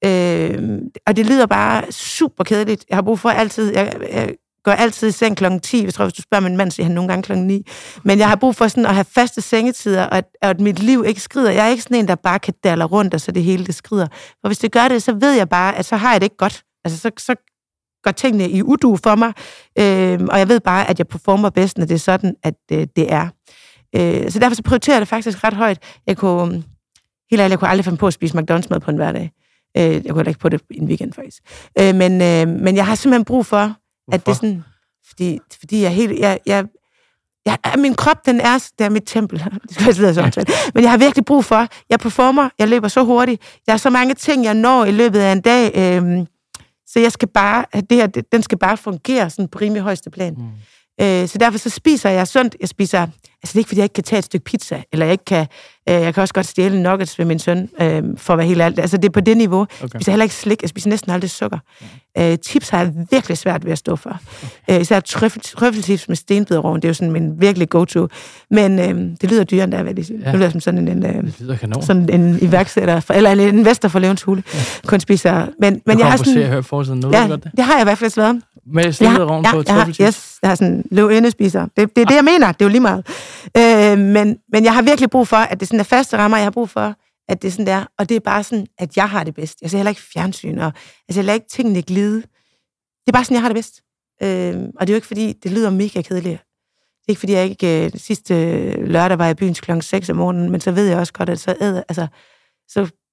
Øh, og det lyder bare super kedeligt. Jeg har brug for altid, jeg, jeg går altid i seng klokken ti. Jeg tror, hvis du spørger min mand, siger han nogle gange klokken ni. Men jeg har brug for sådan at have faste sengetider, og at, at mit liv ikke skrider. Jeg er ikke sådan en, der bare kan dalle rundt, og så det hele det skrider. For hvis det gør det, så ved jeg bare, at så har jeg det ikke godt. Altså, så, så går tingene i udu for mig. Øh, og jeg ved bare, at jeg performer bedst, når det er sådan, at øh, det er. Øh, så derfor så prioriterer jeg det faktisk ret højt. Jeg kunne, helt ærligt, jeg kunne aldrig finde på at spise McDonald's-mad på en hverdag. Øh, jeg kunne ikke på det en weekend, faktisk. Øh, men, øh, men jeg har simpelthen brug for, Hvorfor? at det er sådan, fordi, fordi jeg helt, jeg, jeg, jeg, min krop, den er, det er mit tempel, det skal jeg videre sådan, men jeg har virkelig brug for, jeg performer, jeg løber så hurtigt, der er så mange ting, jeg når i løbet af en dag, øh, så jeg skal bare, det her, den skal bare fungere sådan på rimelig højeste plan. Mm. Øh, så derfor så spiser jeg sundt, jeg spiser, altså det er ikke, fordi jeg ikke kan tage et stykke pizza, eller jeg ikke kan, øh, jeg kan også godt stjæle nuggets ved min søn, øh, for at være helt ærlig. Altså det er på det niveau. Okay. Jeg spiser heller ikke slik, jeg spiser næsten aldrig sukker. Okay. Øh, chips har jeg virkelig svært ved at stå for. Okay. Øh, især trøffelchips med stenbiderroven, det er jo sådan min virkelig go-to. Men øh, det lyder dyrere, end der, vil jeg sige. Ja. Det lyder som sådan en, øh, sådan en iværksætter, for, eller en investor for Løvens Hule, ja. kun spiser. Men, men jeg har sådan... Du kommer på Se og Hør ja, godt det. det har jeg i hvert fald været. Med stenbiderroven på trøffelchips? Ja, yes, jeg har sådan løvinde spiser. Det, det er det, jeg mener. Det er jo lige meget. Øh, men, men jeg har virkelig brug for, at det sådan er faste rammer. Jeg har brug for, at det er sådan der. Og det er bare sådan, at jeg har det bedst. Jeg ser heller ikke fjernsyn, og jeg ser heller ikke tingene glide. Det er bare sådan, jeg har det bedst. Øh, og det er jo ikke, fordi det lyder mega kedeligt. Det er ikke, fordi jeg ikke øh, sidste lørdag var i byens klokken seks om morgenen, men så ved jeg også godt, at så æder, altså, så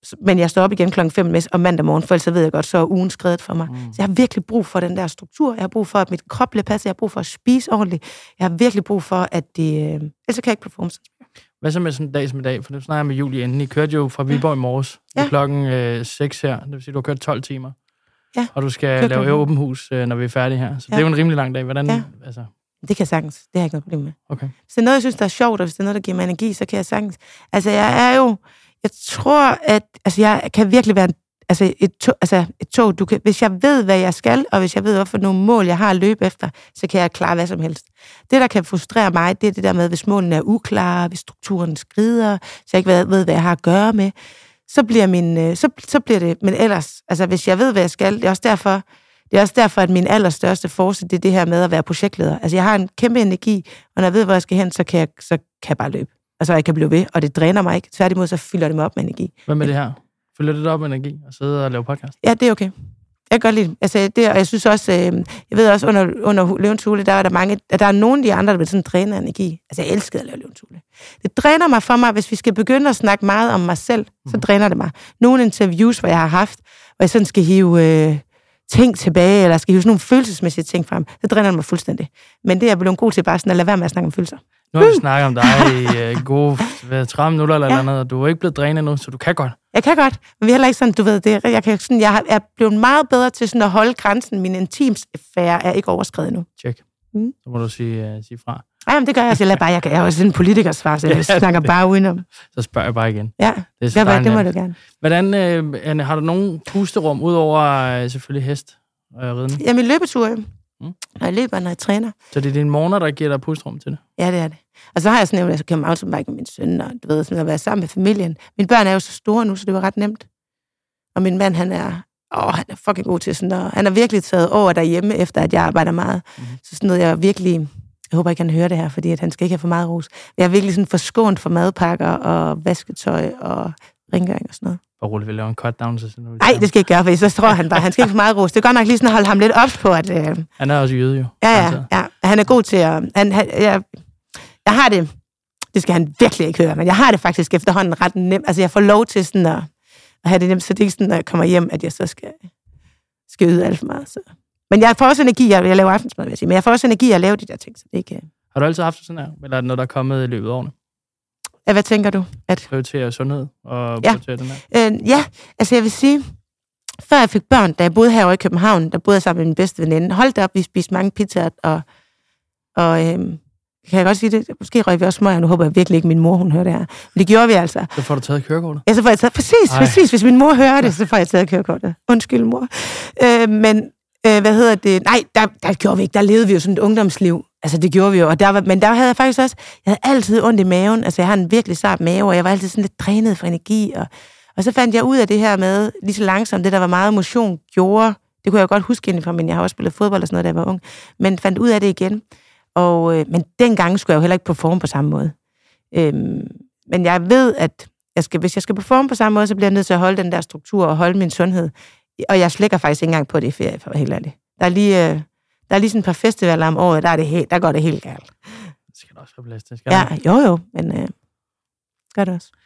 men jeg står op igen klokken fem om mandag morgen, for ellers ved jeg godt, så er ugen skredet for mig. Mm. Så jeg har virkelig brug for den der struktur. Jeg har brug for, at mit krop bliver passet. Jeg har brug for at spise ordentligt. Jeg har virkelig brug for, at det... Øh, ellers kan jeg ikke performe. Hvad så med sådan en dag som i dag? For nu snakker jeg med Julie inden. I kørte jo fra Viborg ja. i morges. Ja. Det er klokken øh, seks her. Det vil sige, du har kørt tolv timer. Ja. Og du skal lave åben hus, øh, når vi er færdige her. Så ja. det er jo en rimelig lang dag. Hvordan... Ja. Altså... Det kan jeg sagtens. Det har jeg ikke noget problem med. Okay. Hvis det er noget, jeg synes, der er sjovt, og hvis det er noget, der giver mig energi, så kan jeg sagtens... Altså, jeg er jo... Jeg tror, at... Altså, jeg kan virkelig være... Altså, et tog... Altså, et tog du kan, hvis jeg ved, hvad jeg skal, og hvis jeg ved, hvorfor nogle mål, jeg har at løbe efter, så kan jeg klare hvad som helst. Det, der kan frustrere mig, det er det der med, hvis målene er uklare, hvis strukturen skrider, så jeg ikke ved, hvad jeg har at gøre med, så bliver, min, så, så bliver det... Men ellers, altså, hvis jeg ved, hvad jeg skal, det er også derfor... Det er også derfor, at min allerstørste force, det er det her med at være projektleder. Altså, jeg har en kæmpe energi, og når jeg ved, hvor jeg skal hen, så kan jeg, så kan jeg bare løbe. Altså, jeg kan blive ved, og det dræner mig ikke. Tværtimod, så fylder det mig op med energi. Hvad med det her? Fylder det op med energi og sidde og lave podcast? Ja, det er okay. Jeg kan godt lide det. Altså, det, og jeg synes også, øh, jeg ved også, under, under Løvens Hule, der var der mange, der er nogle af de andre, der vil sådan dræne energi. Altså, jeg elskede at lave Løvens Hule. Det dræner mig for mig, hvis vi skal begynde at snakke meget om mig selv, så mm. dræner det mig. Nogle interviews, hvor jeg har haft, hvor jeg sådan skal hive... Øh, ting tilbage, eller skal hive sådan nogle følelsesmæssige ting frem, det dræner mig fuldstændig. Men det er jeg blevet god til bare sådan at lade være med at snakke om følelser. Nu har vi snakket om dig i uh, gode hvad, tredive minutter eller ja. noget, og du er ikke blevet drænet endnu, så du kan godt. Jeg kan godt, men vi er heller ikke sådan, du ved det. Jeg, kan sådan, jeg er blevet meget bedre til sådan at holde grænsen. Min intimsfære er ikke overskredet nu. Tjek. Mm. Så må du sige, uh, sige fra. Nej, men det gør jeg også. Jeg, bare, jeg, jeg er også en politikersvar, så jeg ja, snakker bare udenom. Så spørger jeg bare igen. Ja, det, er det, det må du gerne. Hvordan, øh, Anne, har du nogen pusterum, udover øh, selvfølgelig hest? Ja, min løbetur, mm. når jeg løber, når jeg træner. Så det er dine morgener, der giver dig pusterum til det? Ja, det er det. Og så har jeg sådan en, at jeg kører mountainbike med min søn, og du ved, sådan at være sammen med familien. Mine børn er jo så store nu, så det var ret nemt. Og min mand, han er, åh, han er fucking god til sådan noget. Han har virkelig taget over derhjemme, efter at jeg arbejder meget. Mm. Så sådan noget, jeg virkelig, jeg håber ikke, han hører det her, fordi at han skal ikke have for meget ros. Jeg er virkelig sådan forskånt for madpakker og vasketøj og rengøring og sådan noget. Bare roligt, vi laver en cut-down. Så sådan Nej, det skal jeg ikke gøre, for så tror han bare, han skal ikke få meget ros. Det er godt nok lige sådan at holde ham lidt op på, at... Øh... Han er også jøde, jo. Ja, ja, ja. Han er god til at... Han, han, jeg, jeg har det... Det skal han virkelig ikke høre, men jeg har det faktisk efterhånden ret nemt. Altså, jeg får lov til sådan at, at have det nemt, så det er ikke sådan, når jeg kommer hjem, at jeg så skal, skal yde alt for meget. Så. Men jeg får også energi, jeg, jeg laver aftensmad, vil jeg sige, men jeg får også energi at lave de der ting, så det ikke... Har du altid haft sådan her, eller er det noget, der er kommet i løbet af årene? Ja, hvad tænker du? At... Prioritere sundhed og ja. prioritere den her? Øh, ja, altså jeg vil sige, før jeg fik børn, da jeg boede herovre i København, der boede jeg sammen med min bedste veninde. Hold op, vi spiste mange pizzaer, og, og øhm, kan jeg godt sige det? Måske røg vi også smøger, nu håber jeg virkelig ikke, min mor hun hører det her. Men det gjorde vi altså. Så får du taget kørekortet? Ja, så får jeg taget, præcis, Ej. præcis. Hvis min mor hører det, så får jeg taget kørekortet. Undskyld, mor. Øh, men, øh, hvad hedder det? Nej, der, der gjorde vi ikke. Der levede vi jo sådan et ungdomsliv. Altså, det gjorde vi jo. Og der var, men der havde jeg faktisk også, jeg havde altid ondt i maven. Altså, jeg har en virkelig sart mave, og jeg var altid sådan lidt drænet for energi. Og, og så fandt jeg ud af det her med, lige så langsomt, det der var meget motion gjorde. Det kunne jeg godt huske indifra, men jeg har også spillet fodbold og sådan noget, da jeg var ung. Men fandt ud af det igen. Og, øh, men dengang skulle jeg jo heller ikke performe på samme måde. Øhm, men jeg ved, at jeg skal, hvis jeg skal performe på samme måde, så bliver jeg nødt til at holde den der struktur og holde min sundhed. Og jeg slækker faktisk ikke engang på det i ferie, for at være helt ærlig. Der er lige... Øh, Der er lige sådan et par festivaler om året, der, er det helt, der går det helt galt. Det skal da også være plads til. Skal ja, jo jo, men øh, gør det også.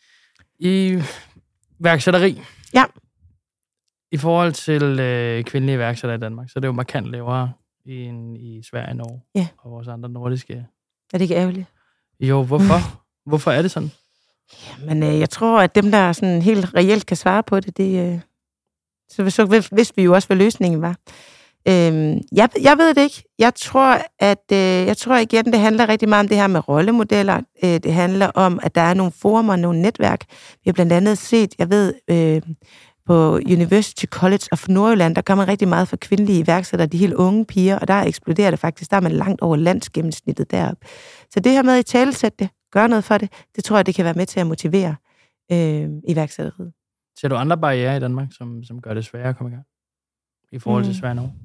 I værksætteri. Ja. I forhold til øh, kvindelige iværksættere i Danmark, så er det jo markant lavere end i Sverige og Norge. Ja. Og vores andre nordiske. Er det ikke ærgerligt? Jo, hvorfor? Mm. Hvorfor er det sådan? Jamen, øh, jeg tror, at dem, der sådan helt reelt kan svare på det, det øh, så, så vidste vi jo også, hvad løsningen var. Øhm, jeg, jeg ved det ikke. Jeg tror, at øh, jeg tror igen, det handler rigtig meget om det her med rollemodeller. Øh, det handler om, at der er nogle forumer, nogle netværk. Vi har blandt andet set, jeg ved, øh, på University College of Nordjylland, der kommer rigtig meget for kvindelige iværksættere, de helt unge piger, og der eksploderer det faktisk. Der er man langt over landsgennemsnittet deroppe. Så det her med at italesætte det, gøre noget for det, det tror jeg, det kan være med til at motivere øh, iværksætteriet. Ser du andre barrierer i Danmark, som, som gør det sværere at komme i gang? I forhold til Sverige og Norge?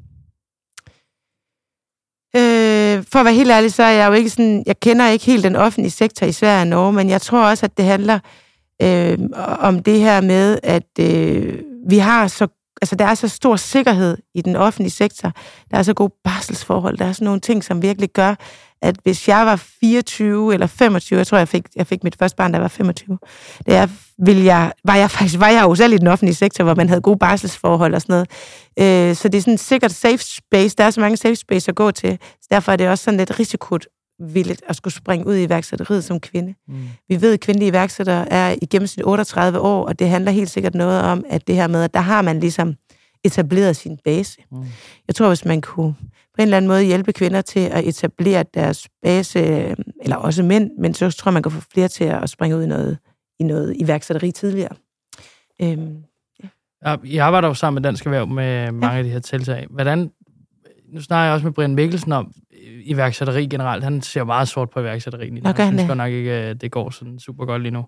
Øh, for at være helt ærlig, så er jeg jo ikke sådan, jeg kender ikke helt den offentlige sektor i Sverige og Norge, men jeg tror også, at det handler øh, om det her med, at øh, vi har så altså, der er så stor sikkerhed i den offentlige sektor. Der er så gode barselsforhold. Der er sådan nogle ting, som virkelig gør, at hvis jeg var fireogtyve eller femogtyve, jeg tror, jeg fik, jeg fik mit første barn, da jeg var femogtyve, der ville jeg, var jeg faktisk var jeg jo selv i den offentlige sektor, hvor man havde gode barselsforhold og sådan noget. Øh, så det er sådan et sikkert safe space. Der er så mange safe space at gå til. Så derfor er det også sådan lidt risikovilligt at skulle springe ud i iværksætteriet som kvinde. Mm. Vi ved, at kvindelige iværksættere er i gennemsnit otteogtredive år, og det handler helt sikkert noget om, at det her med, at der har man ligesom etableret sin base. Mm. Jeg tror, hvis man kunne på en eller anden måde hjælpe kvinder til at etablere deres base, eller også mænd, men så tror jeg, man kan få flere til at springe ud i noget, i noget iværksætteri tidligere. Øhm, ja. Jeg arbejder jo sammen med Dansk Erhverv med mange ja. af de her tiltag. Hvordan, nu snakker jeg også med Brian Mikkelsen om iværksætteri generelt. Han ser meget sort på iværksætteri lige nu. Okay, han synes godt nok ikke, at det går sådan super godt lige nu.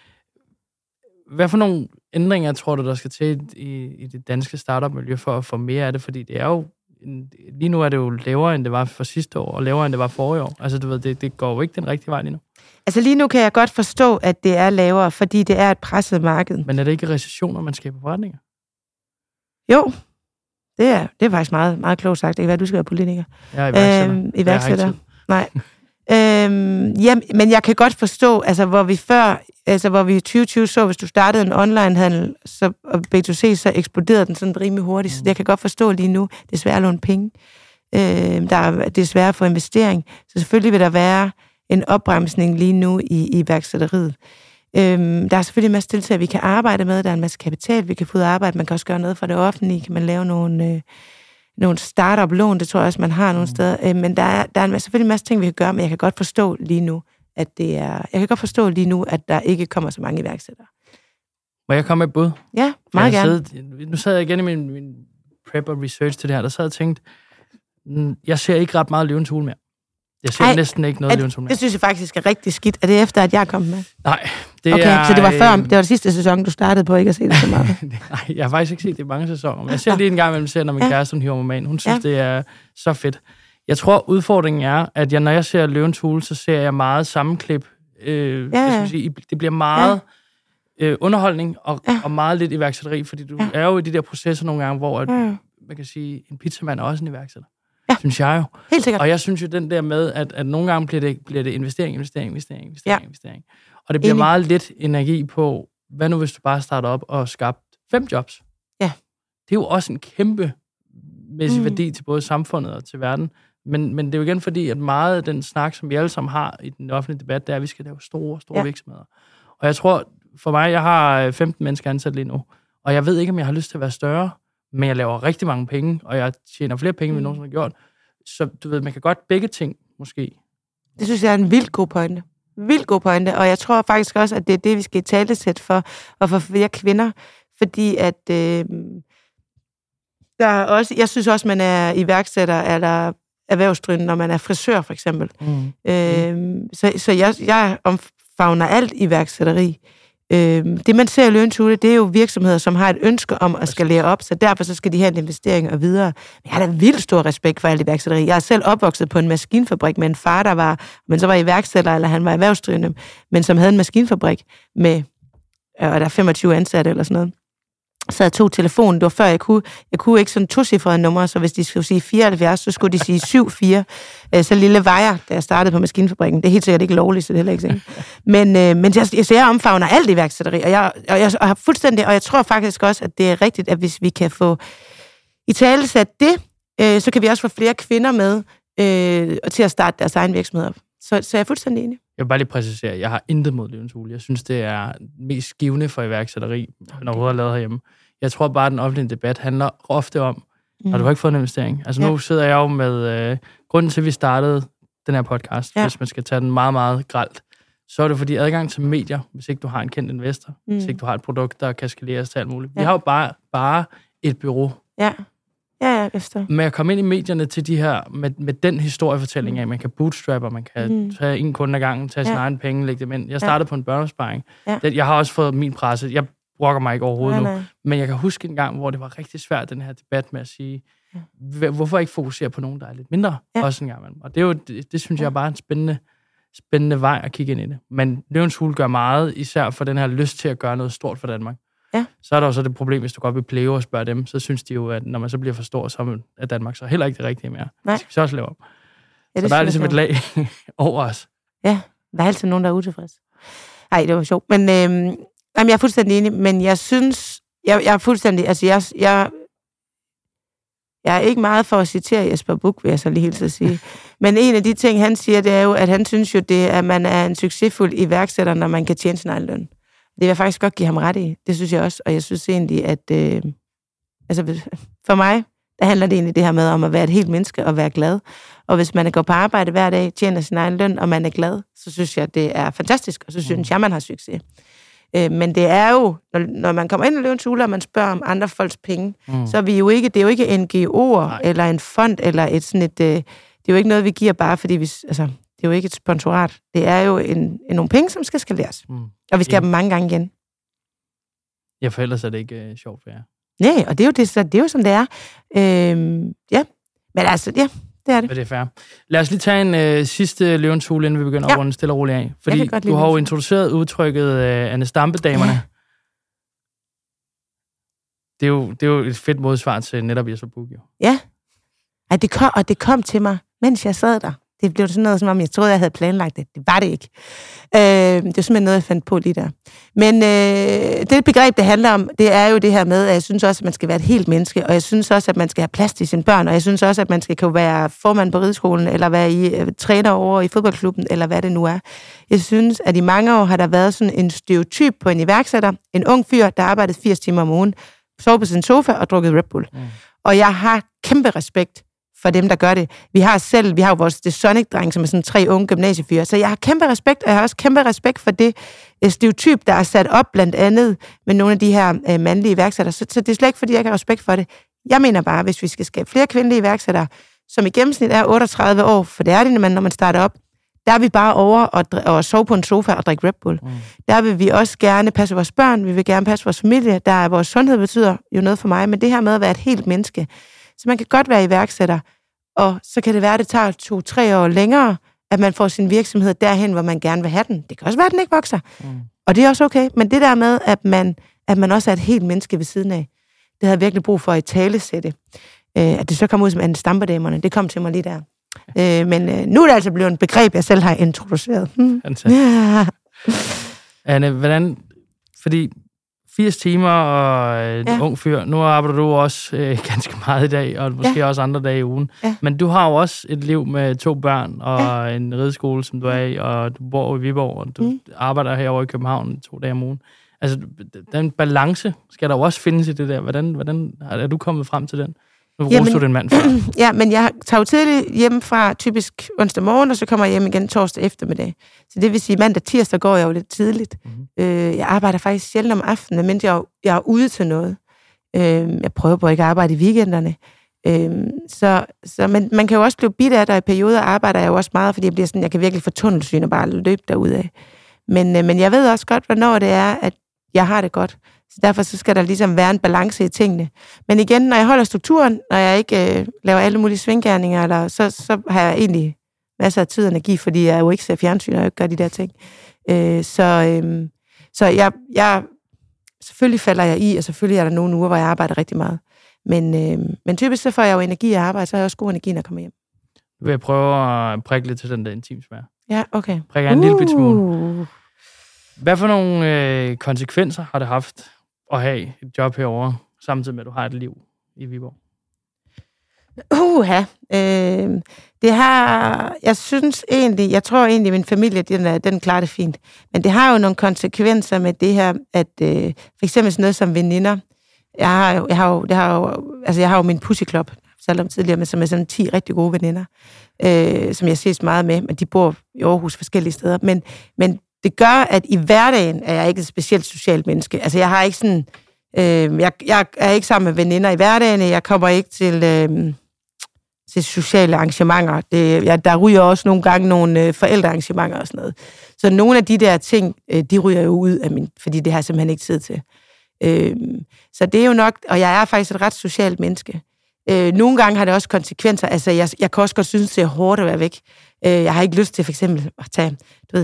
Hvad for nogle ændringer tror du, der skal til i, i det danske startup-miljø for at få mere af det? Fordi det er jo lige nu er det jo lavere, end det var for sidste år, og lavere, end det var forrige år. Altså, du ved, det, det går jo ikke den rigtige vej lige nu. Altså, lige nu kan jeg godt forstå, at det er lavere, fordi det er et presset marked. Men er det ikke recessioner, man skaber forretninger? Jo, det er, det er faktisk meget, meget klogt sagt. Det kan være, du skal være politiker. Jeg er iværksætter. Øhm, iværksætter. Nej. øhm, ja, men jeg kan godt forstå, altså, hvor vi før, altså, hvor vi i tyve tyve så, hvis du startede en onlinehandel, så, og B to C, så eksploderede den sådan rimelig hurtigt. Mm. Så jeg kan godt forstå lige nu, det er svært at låne penge. Øhm, der er, det er svært at få investering. Så selvfølgelig vil der være en opbremsning lige nu i, i iværksætteriet. Øhm, der er selvfølgelig en masse tiltag, vi kan arbejde med. Der er en masse kapital, vi kan få ud af arbejde. Man kan også gøre noget for det offentlige. Kan man lave nogle, øh, nogle startup-lån, det tror jeg også, man har nogle mm. steder. Øh, men der er, der er selvfølgelig en masse ting, vi kan gøre, men jeg kan godt forstå lige nu, at det er... Jeg kan godt forstå lige nu, at der ikke kommer så mange iværksættere. Må jeg komme med et bud? Ja, meget gerne. Siddet, nu sad jeg igen i min, min prep og research til det her, der sad og tænkte, jeg ser ikke ret meget Løvens Hule mere. Jeg ser Ej, næsten ikke noget Løvens Hule mere. Det synes jeg faktisk er rigtig skidt. Er det efter, at jeg er kommet med? Nej, det okay, er... så det var før, det var det sidste sæson, du startede på ikke at se det så meget? Nej, jeg har faktisk ikke set det i mange sæsoner, men jeg ser lige en gang imellem, ser, når min ja. kæreste, hun hiver mig med ind. Hun synes, ja. det er så fedt. Jeg tror, udfordringen er, at jeg, når jeg ser Løvens Hule, så ser jeg meget sammenklip. Øh, ja. jeg skal sige, det bliver meget ja. øh, underholdning og, ja. og meget lidt iværksætteri, fordi du ja. er jo i de der processer nogle gange, hvor at, ja. man kan sige, en pizzamand er også en iværksætter. Ja. Synes jeg jo. Helt sikkert. Og jeg synes jo, den der med, at, at nogle gange bliver det, bliver det investering, investering, investering, investering, ja. investering. Og det bliver Enig. meget lidt energi på, hvad nu hvis du bare starter op og skabt fem jobs? Ja. Det er jo også en kæmpe mæssig mm. værdi til både samfundet og til verden. Men, men det er jo igen fordi, at meget af den snak, som vi alle sammen har i den offentlige debat, det er, at vi skal lave store, store ja. virksomheder. Og jeg tror, for mig, jeg har femten mennesker ansat lige nu, og jeg ved ikke, om jeg har lyst til at være større, men jeg laver rigtig mange penge, og jeg tjener flere penge, end vi nogensinde har gjort. Så du ved, man kan godt begge ting, måske. Det synes jeg er en vildt god pointe. Vildt god pointe, og jeg tror faktisk også, at det er det, vi skal talesætte for, og for flere kvinder, fordi at øh, der er også, jeg synes også, man er iværksætter eller erhvervsdrivende, når man er frisør, for eksempel. Mm. Øh, så så jeg, jeg omfavner alt iværksætteri. Øh, det, man ser i Løvens Hule, det er jo virksomheder, som har et ønske om at skalere op, så derfor så skal de have en investering og videre. Men jeg har da vildt stor respekt for alt iværksætteri. Jeg er selv opvokset på en maskinfabrik med en far, der var, men så var iværksætter, eller han var erhvervsdrivende, men som havde en maskinfabrik med, og der er femogtyve ansatte eller sådan noget. Så jeg tog telefonen, det var før jeg kunne, jeg kunne ikke sådan to-cifrede numre, så hvis de skulle sige fireoghalvfjerds, så skulle de sige syv fire. Så lille var jeg, da jeg startede på maskinfabrikken. Det er helt sikkert ikke lovligt, så det er heller ikke sikkert. Men, øh, men jeg, så jeg omfavner alt iværksætteri, og jeg, og jeg og har fuldstændig, og jeg tror faktisk også, at det er rigtigt, at hvis vi kan få i talesat det, øh, så kan vi også få flere kvinder med øh, til at starte deres egen virksomheder. Så, så jeg er fuldstændig enig. Jeg vil bare lige præcisere, jeg har intet mod Løvens Hule. Jeg synes, det er mest givende for iværksætteri, okay. når overhovedet er lavet herhjemme. Jeg tror bare, at den offentlige debat handler ofte om, mm. når du har ikke fået en investering. Altså nu ja. sidder jeg jo med, øh, grunden til, at vi startede den her podcast, ja. hvis man skal tage den meget, meget grelt, så er det fordi adgang til medier, hvis ikke du har en kendt investor, mm. hvis ikke du har et produkt, der kan skaleres til alt muligt. Ja. Vi har jo bare, bare et bureau. Ja. Ja, ja, efter. Men at komme ind i medierne til de her, med, med den historiefortælling af, mm. man kan bootstrappe, og man kan mm. tage en kunde ad gangen, tage ja. sin egen penge, lægge dem ind. Jeg startede ja. på en børneopsparing. Ja. Jeg har også fået min presse. Jeg brokker mig ikke overhovedet nej, nej. nu. Men jeg kan huske en gang, hvor det var rigtig svært, den her debat med at sige, ja. hvorfor ikke fokusere på nogen, der er lidt mindre? Ja. Også en gang. Og det, er jo, det, det synes jeg er bare en spændende, spændende vej at kigge ind i det. Men Løvens Hule gør meget, især for den her lyst til at gøre noget stort for Danmark. Ja. Så er der jo så det problem, hvis du godt vil pleve og spørge dem, så synes de jo, at når man så bliver for stor, så er Danmark så heller ikke det rigtige mere. Nej. Det skal vi så også lave om. Ja, så der er ligesom et lag over os. Ja, der er altid nogen, der er utilfreds. Nej, det var sjovt. Men øh, jamen, jeg er fuldstændig enig, men jeg synes, jeg, jeg er fuldstændig, altså jeg, jeg, jeg er ikke meget for at citere Jesper Buch, vil jeg så lige helt så sige. Men en af de ting, han siger, det er jo, at han synes jo, det er, at man er en succesfuld iværksætter, når man kan tjene sin egen løn. Det vil jeg faktisk godt give ham ret i. Det synes jeg også, og jeg synes egentlig, at øh, altså, for mig, der handler det egentlig det her med om at være et helt menneske og være glad. Og hvis man går på arbejde hver dag, tjener sin egen løn, og man er glad, så synes jeg, det er fantastisk, og så synes mm. jeg, man har succes. Øh, men det er jo, når, når man kommer ind og løber en hule, og man spørger om andre folks penge, mm. så er vi jo ikke, det er jo ikke N G O'er, Nej. eller en fond, eller et sådan et, øh, det er jo ikke noget, vi giver bare, fordi vi, altså, det er jo ikke et sponsorat. Det er jo en, en, nogle penge, som skal skaleres. Mm. Og vi skal ja. have dem mange gange igen. Ja, for ellers er det ikke øh, sjovt for jer. Nej, og det er jo, det, så det er jo som det er. Øhm, ja, men altså, ja, det er det. Men det er fair. Lad os lige tage en øh, sidste løvens hule, inden vi begynder ja. at runde stille og roligt af. Fordi du har jo introduceret udtrykket øh, Anne Stampe-damerne. Ja. Det, er jo, det er jo et fedt modsvar til netop Jesper Buch. Ja, Ej, det kom, og det kom til mig, mens jeg sad der. Det blev sådan noget, som om jeg troede, jeg havde planlagt det. Det var det ikke. Øh, det var simpelthen noget, jeg fandt på lige der. Men øh, det begreb, det handler om, det er jo det her med, at jeg synes også, at man skal være et helt menneske, og jeg synes også, at man skal have plads til sine børn, og jeg synes også, at man skal kunne være formand på rideskolen, eller være i, uh, træner over i fodboldklubben, eller hvad det nu er. Jeg synes, at i mange år har der været sådan en stereotyp på en iværksætter, en ung fyr, der arbejdede firs timer om ugen, sov på sin sofa og drukket Red Bull. Mm. Og jeg har kæmpe respekt for dem, der gør det. Vi har selv, vi har jo vores det Sonic-dreng, som er sådan tre unge gymnasiefyre, så jeg har kæmpe respekt, og jeg har også kæmpe respekt for det uh, stereotyp, der er sat op blandt andet med nogle af de her uh, mandlige iværksættere. Så, så det er slet ikke, fordi jeg ikke har respekt for det. Jeg mener bare, hvis vi skal skabe flere kvindelige iværksættere, som i gennemsnit er otteogtredive år, for det er det, når man starter op, der er vi bare over og, og sove på en sofa og drikke Red Bull. Mm. Der vil vi også gerne passe vores børn, vi vil gerne passe vores familie, der er vores sundhed betyder jo noget for mig, men det her med at være et helt menneske. Så man kan godt være iværksætter, og så kan det være, at det tager to-tre år længere, at man får sin virksomhed derhen, hvor man gerne vil have den. Det kan også være, at den ikke vokser. Mm. Og det er også okay. Men det der med, at man, at man også er et helt menneske ved siden af, det havde jeg virkelig brug for at italesætte. Øh, at det så kom ud som Anne Stampe-damerne, det kom til mig lige der. Øh, men øh, nu er det altså blevet en begreb, jeg selv har introduceret. Hmm. Ja. Anne, hvordan... Fordi firs timer og en ja. ung fyr. Nu arbejder du også øh, ganske meget i dag, og måske ja. også andre dage i ugen. Ja. Men du har jo også et liv med to børn og ja. en rideskole, som du er i, og du bor i Viborg, og du mm. arbejder herovre i København to dage om ugen. Altså, den balance skal der jo også findes i det der. Hvordan, hvordan er du kommet frem til den? Nu roste du den mand før. Ja, men jeg tager jo tidligt hjem fra typisk onsdag morgen, og så kommer jeg hjem igen torsdag eftermiddag. Så det vil sige, mandag tirsdag går jeg jo lidt tidligt. Mm-hmm. Øh, jeg arbejder faktisk sjældent om aftenen, men jeg, jeg er ude til noget. Øh, jeg prøver på at ikke arbejde i weekenderne. Øh, så, så, men man kan jo også blive bidt af, der i perioder arbejder jeg jo også meget, fordi jeg bliver sådan, jeg kan virkelig få tunnelsyn og bare løbe derudad. Men, øh, men jeg ved også godt, hvornår det er, at jeg har det godt. Så derfor så skal der ligesom være en balance i tingene. Men igen, når jeg holder strukturen, når jeg ikke øh, laver alle mulige svinggærninger, eller, så, så har jeg egentlig masser af tid og energi, fordi jeg jo ikke ser fjernsyn, og jeg ikke gør de der ting. Øh, så øh, så jeg, jeg, selvfølgelig falder jeg i, og selvfølgelig er der nogle uger, hvor jeg arbejder rigtig meget. Men, øh, men typisk så får jeg jo energi at arbejde, så har jeg også god energi, når jeg kommer hjem. Nu vil jeg prøve at prikke lidt til den der intimsmag. Ja, okay. Prikker en uh. lille bit smule. Hvad for nogle øh, konsekvenser har det haft at have et job herovre, samtidig med, at du har et liv i Viborg? Uha. Øh, det har, jeg synes egentlig, jeg tror egentlig, at min familie, den, den klarer det fint. Men det har jo nogle konsekvenser med det her, at øh, for eksempel sådan noget som veninder. Jeg har jo, jeg har jo, jeg har jo, altså jeg har jo min Pussy Club, selvom tidligere, men som er sådan ti rigtig gode veninder, øh, som jeg ses meget med, men de bor i Aarhus forskellige steder. Men, men det gør, at i hverdagen er jeg ikke et specielt socialt menneske. Altså, jeg har ikke sådan... Øh, jeg, jeg er ikke sammen med veninder i hverdagen. Jeg kommer ikke til, øh, til sociale arrangementer. Det, jeg, der ryger også nogle gange nogle øh, forældrearrangementer og sådan noget. Så nogle af de der ting, øh, de ryger jo ud af min... Fordi det har jeg simpelthen ikke tid til. Øh, så det er jo nok... Og jeg er faktisk et ret socialt menneske. Øh, nogle gange har det også konsekvenser. Altså, jeg, jeg kan også godt synes, det er hårdt at være væk. Øh, jeg har ikke lyst til for eksempel at tage... Du ved,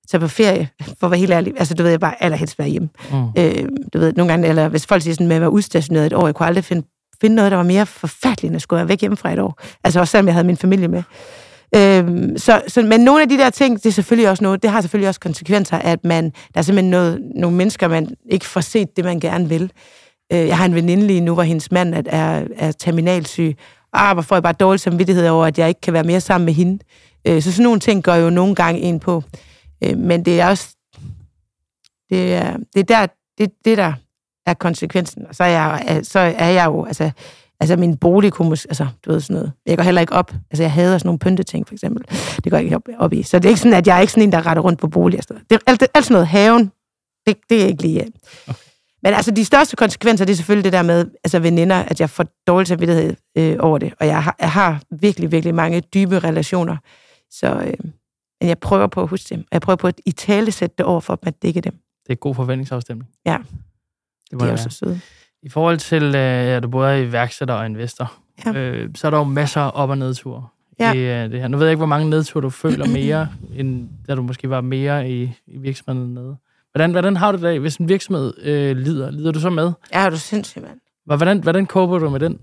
tage på ferie, for at være helt ærlig. Altså, du ved, jeg bare allerhelst være hjemme. Mm. Øh, du ved, nogle gange, eller hvis folk siger sådan, med at være udstationeret et år, jeg kunne aldrig finde, finde noget, der var mere forfærdeligt, end at skulle være væk hjemmefra et år. Altså, også selvom jeg havde min familie med. Øh, så, så, men nogle af de der ting, det er selvfølgelig også noget, det har selvfølgelig også konsekvenser, at man, der er simpelthen noget, nogle mennesker, man ikke får set det, man gerne vil. Øh, jeg har en veninde lige nu, hvor hendes mand er, er, er terminalsyg, og hvor får jeg bare dårlig samvittighed over, at jeg ikke kan være mere sammen med hende. Øh, så sådan nogle ting går jo nogle gange ind på. Øh, men det er også, det er, det er der, det, det der er konsekvensen. Og så er jeg, så er jeg jo, altså, altså min bolig kunne måske, altså, du ved sådan noget. Jeg går heller ikke op. Altså, jeg hader sådan nogle pynteting, for eksempel. Det går jeg ikke op, op i. Så det er ikke sådan, at jeg er ikke sådan en, der retter rundt på bolig og sådan noget. Det er alt, alt sådan noget haven. Det, det er ikke lige. Okay. Men altså, de største konsekvenser, det er selvfølgelig det der med, altså veninder, at jeg får dårlig samvittighed øh, over det. Og jeg har, jeg har virkelig, virkelig mange dybe relationer. Så øh, men jeg prøver på at huske dem. Jeg prøver på at italesætte det over for dem, at det ikke er dem. Det er god forventningsafstemning. Ja, det, det er også søde. I forhold til, øh, ja, du både er iværksætter og investor, ja. øh, så er der jo masser af op- og nedture ja. i øh, det her. Nu ved jeg ikke, hvor mange nedture du føler mere, end da du måske var mere i, i virksomheden nede. Hvordan, hvordan har du det af, hvis en virksomhed øh, lider? Lider du så med? Ja, er du sindssygt, mand. Hvordan, hvordan koper du med den?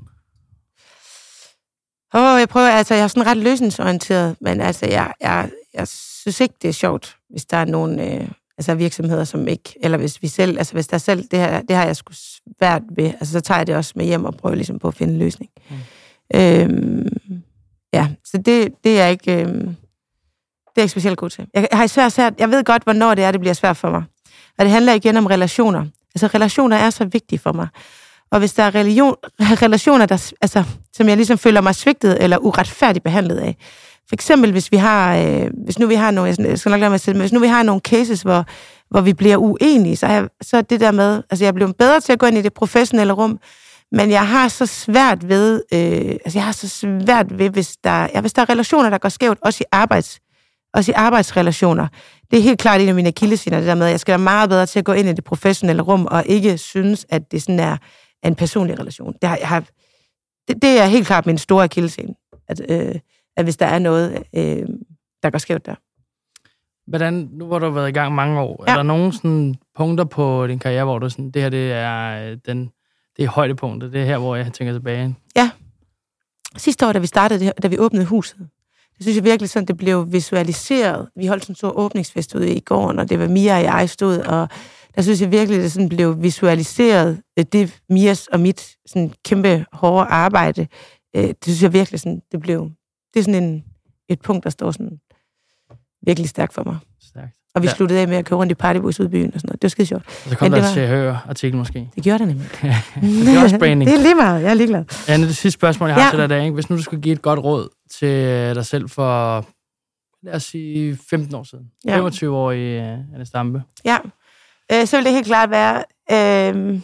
Åh, oh, jeg prøver, altså, jeg er sådan ret løsningsorienteret, men altså, jeg, jeg, jeg synes ikke, det er sjovt, hvis der er nogle øh, altså, virksomheder, som ikke, eller hvis vi selv, altså hvis der selv, det her, det har jeg sgu svært ved, altså så tager jeg det også med hjem og prøver ligesom på at finde en løsning. Mm. Øhm, ja, så det, det er ikke, øh, det er jeg ikke specielt god til. Jeg, jeg har svært, svært, jeg ved godt, hvornår det er, det bliver svært for mig. Og det handler igen om relationer. Altså, relationer er så vigtige for mig. Og hvis der er religion, relationer, der, altså, som jeg ligesom føler mig svigtet eller uretfærdigt behandlet af. For eksempel, hvis vi har, øh, hvis nu vi har nogle, jeg skal nok lade mig sige, men hvis nu vi har nogle cases, hvor, hvor vi bliver uenige, så er, jeg, så er det der med, altså jeg er blevet bedre til at gå ind i det professionelle rum, men jeg har så svært ved, øh, altså jeg har så svært ved, hvis der, ja, hvis der er relationer, der går skævt, også i arbejds, også i arbejdsrelationer. Det er helt klart en af mine akillessener, det der med, at jeg skal være meget bedre til at gå ind i det professionelle rum, og ikke synes, at det sådan er en personlig relation. Det, har, jeg har, det, det er helt klart min store akillessene, at, øh, at hvis der er noget, øh, der går skævt der. Hvordan, nu hvor du har været i gang mange år, ja. er der nogle sådan punkter på din karriere, hvor du sådan, det her det er, den, det er højdepunktet, det er her, hvor jeg tænker tilbage? Ja. Sidste år, da vi startede det, da vi åbnede huset, det synes jeg virkelig sådan, det blev visualiseret. Vi holdt sådan en stor åbningsfest ude i gården, og det var Mia og jeg stod, og der synes jeg virkelig, det sådan blev visualiseret, det Mias og mit sådan kæmpe hårde arbejde. Det synes jeg virkelig sådan, det blev, det er sådan en, et punkt, der står sådan virkelig stærkt for mig. Stærkt. Og vi ja. sluttede af med at køre rundt i partybus ude i byen og sådan noget. Det var skide sjovt. Og så kom Men der en Chehør-artikel måske. Det gjorde det nemlig. Det er også branding. Det er lige meget, jeg er ligeglad. Anne, det sidste spørgsmål, jeg har ja. til dig, det er, ikke? Hvis nu du skulle give et godt råd til dig selv for, lad os sige, femten år siden. Ja. femogtyve år i uh, Anne Stampe. Ja, øh, så vil det helt klart være, øh,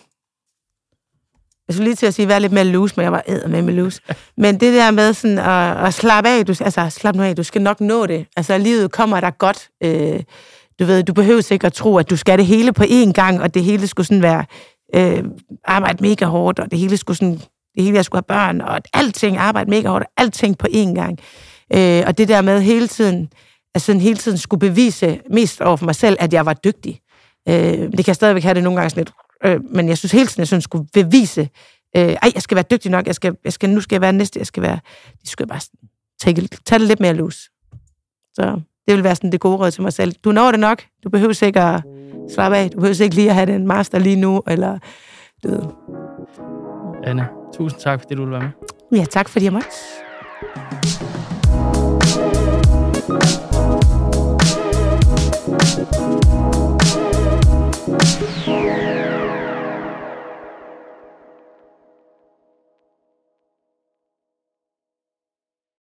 jeg skulle lige til at sige, være lidt mere loose, men jeg var æder med med loose. Men det der med sådan at, at slappe af, du, altså slap nu af, du skal nok nå det. Altså livet kommer der godt. Øh, du ved, du behøver ikke at tro, at du skal det hele på én gang, og det hele skulle sådan være øh, arbejde mega hårdt, og det hele skulle sådan, det hele jeg skulle have børn, og alting arbejde mega hårdt, og alting på én gang. Øh, og det der med hele tiden, altså hele tiden skulle bevise mest over for mig selv, at jeg var dygtig. Øh, det kan jeg stadigvæk have det nogle gange sådan lidt, øh, men jeg synes hele tiden, jeg synes, skulle bevise, øh, ej, jeg skal være dygtig nok, jeg skal, jeg skal, nu skal jeg være næste, jeg skal være, det skal jeg bare tage, tage det lidt mere loose. Så det vil være sådan det gode råd til mig selv. Du når det nok, du behøver ikke at slappe af, du behøver ikke lige at have den master lige nu, eller du ved. Anne, tusind tak, fordi du ville være med. Ja, tak fordi jeg måtte.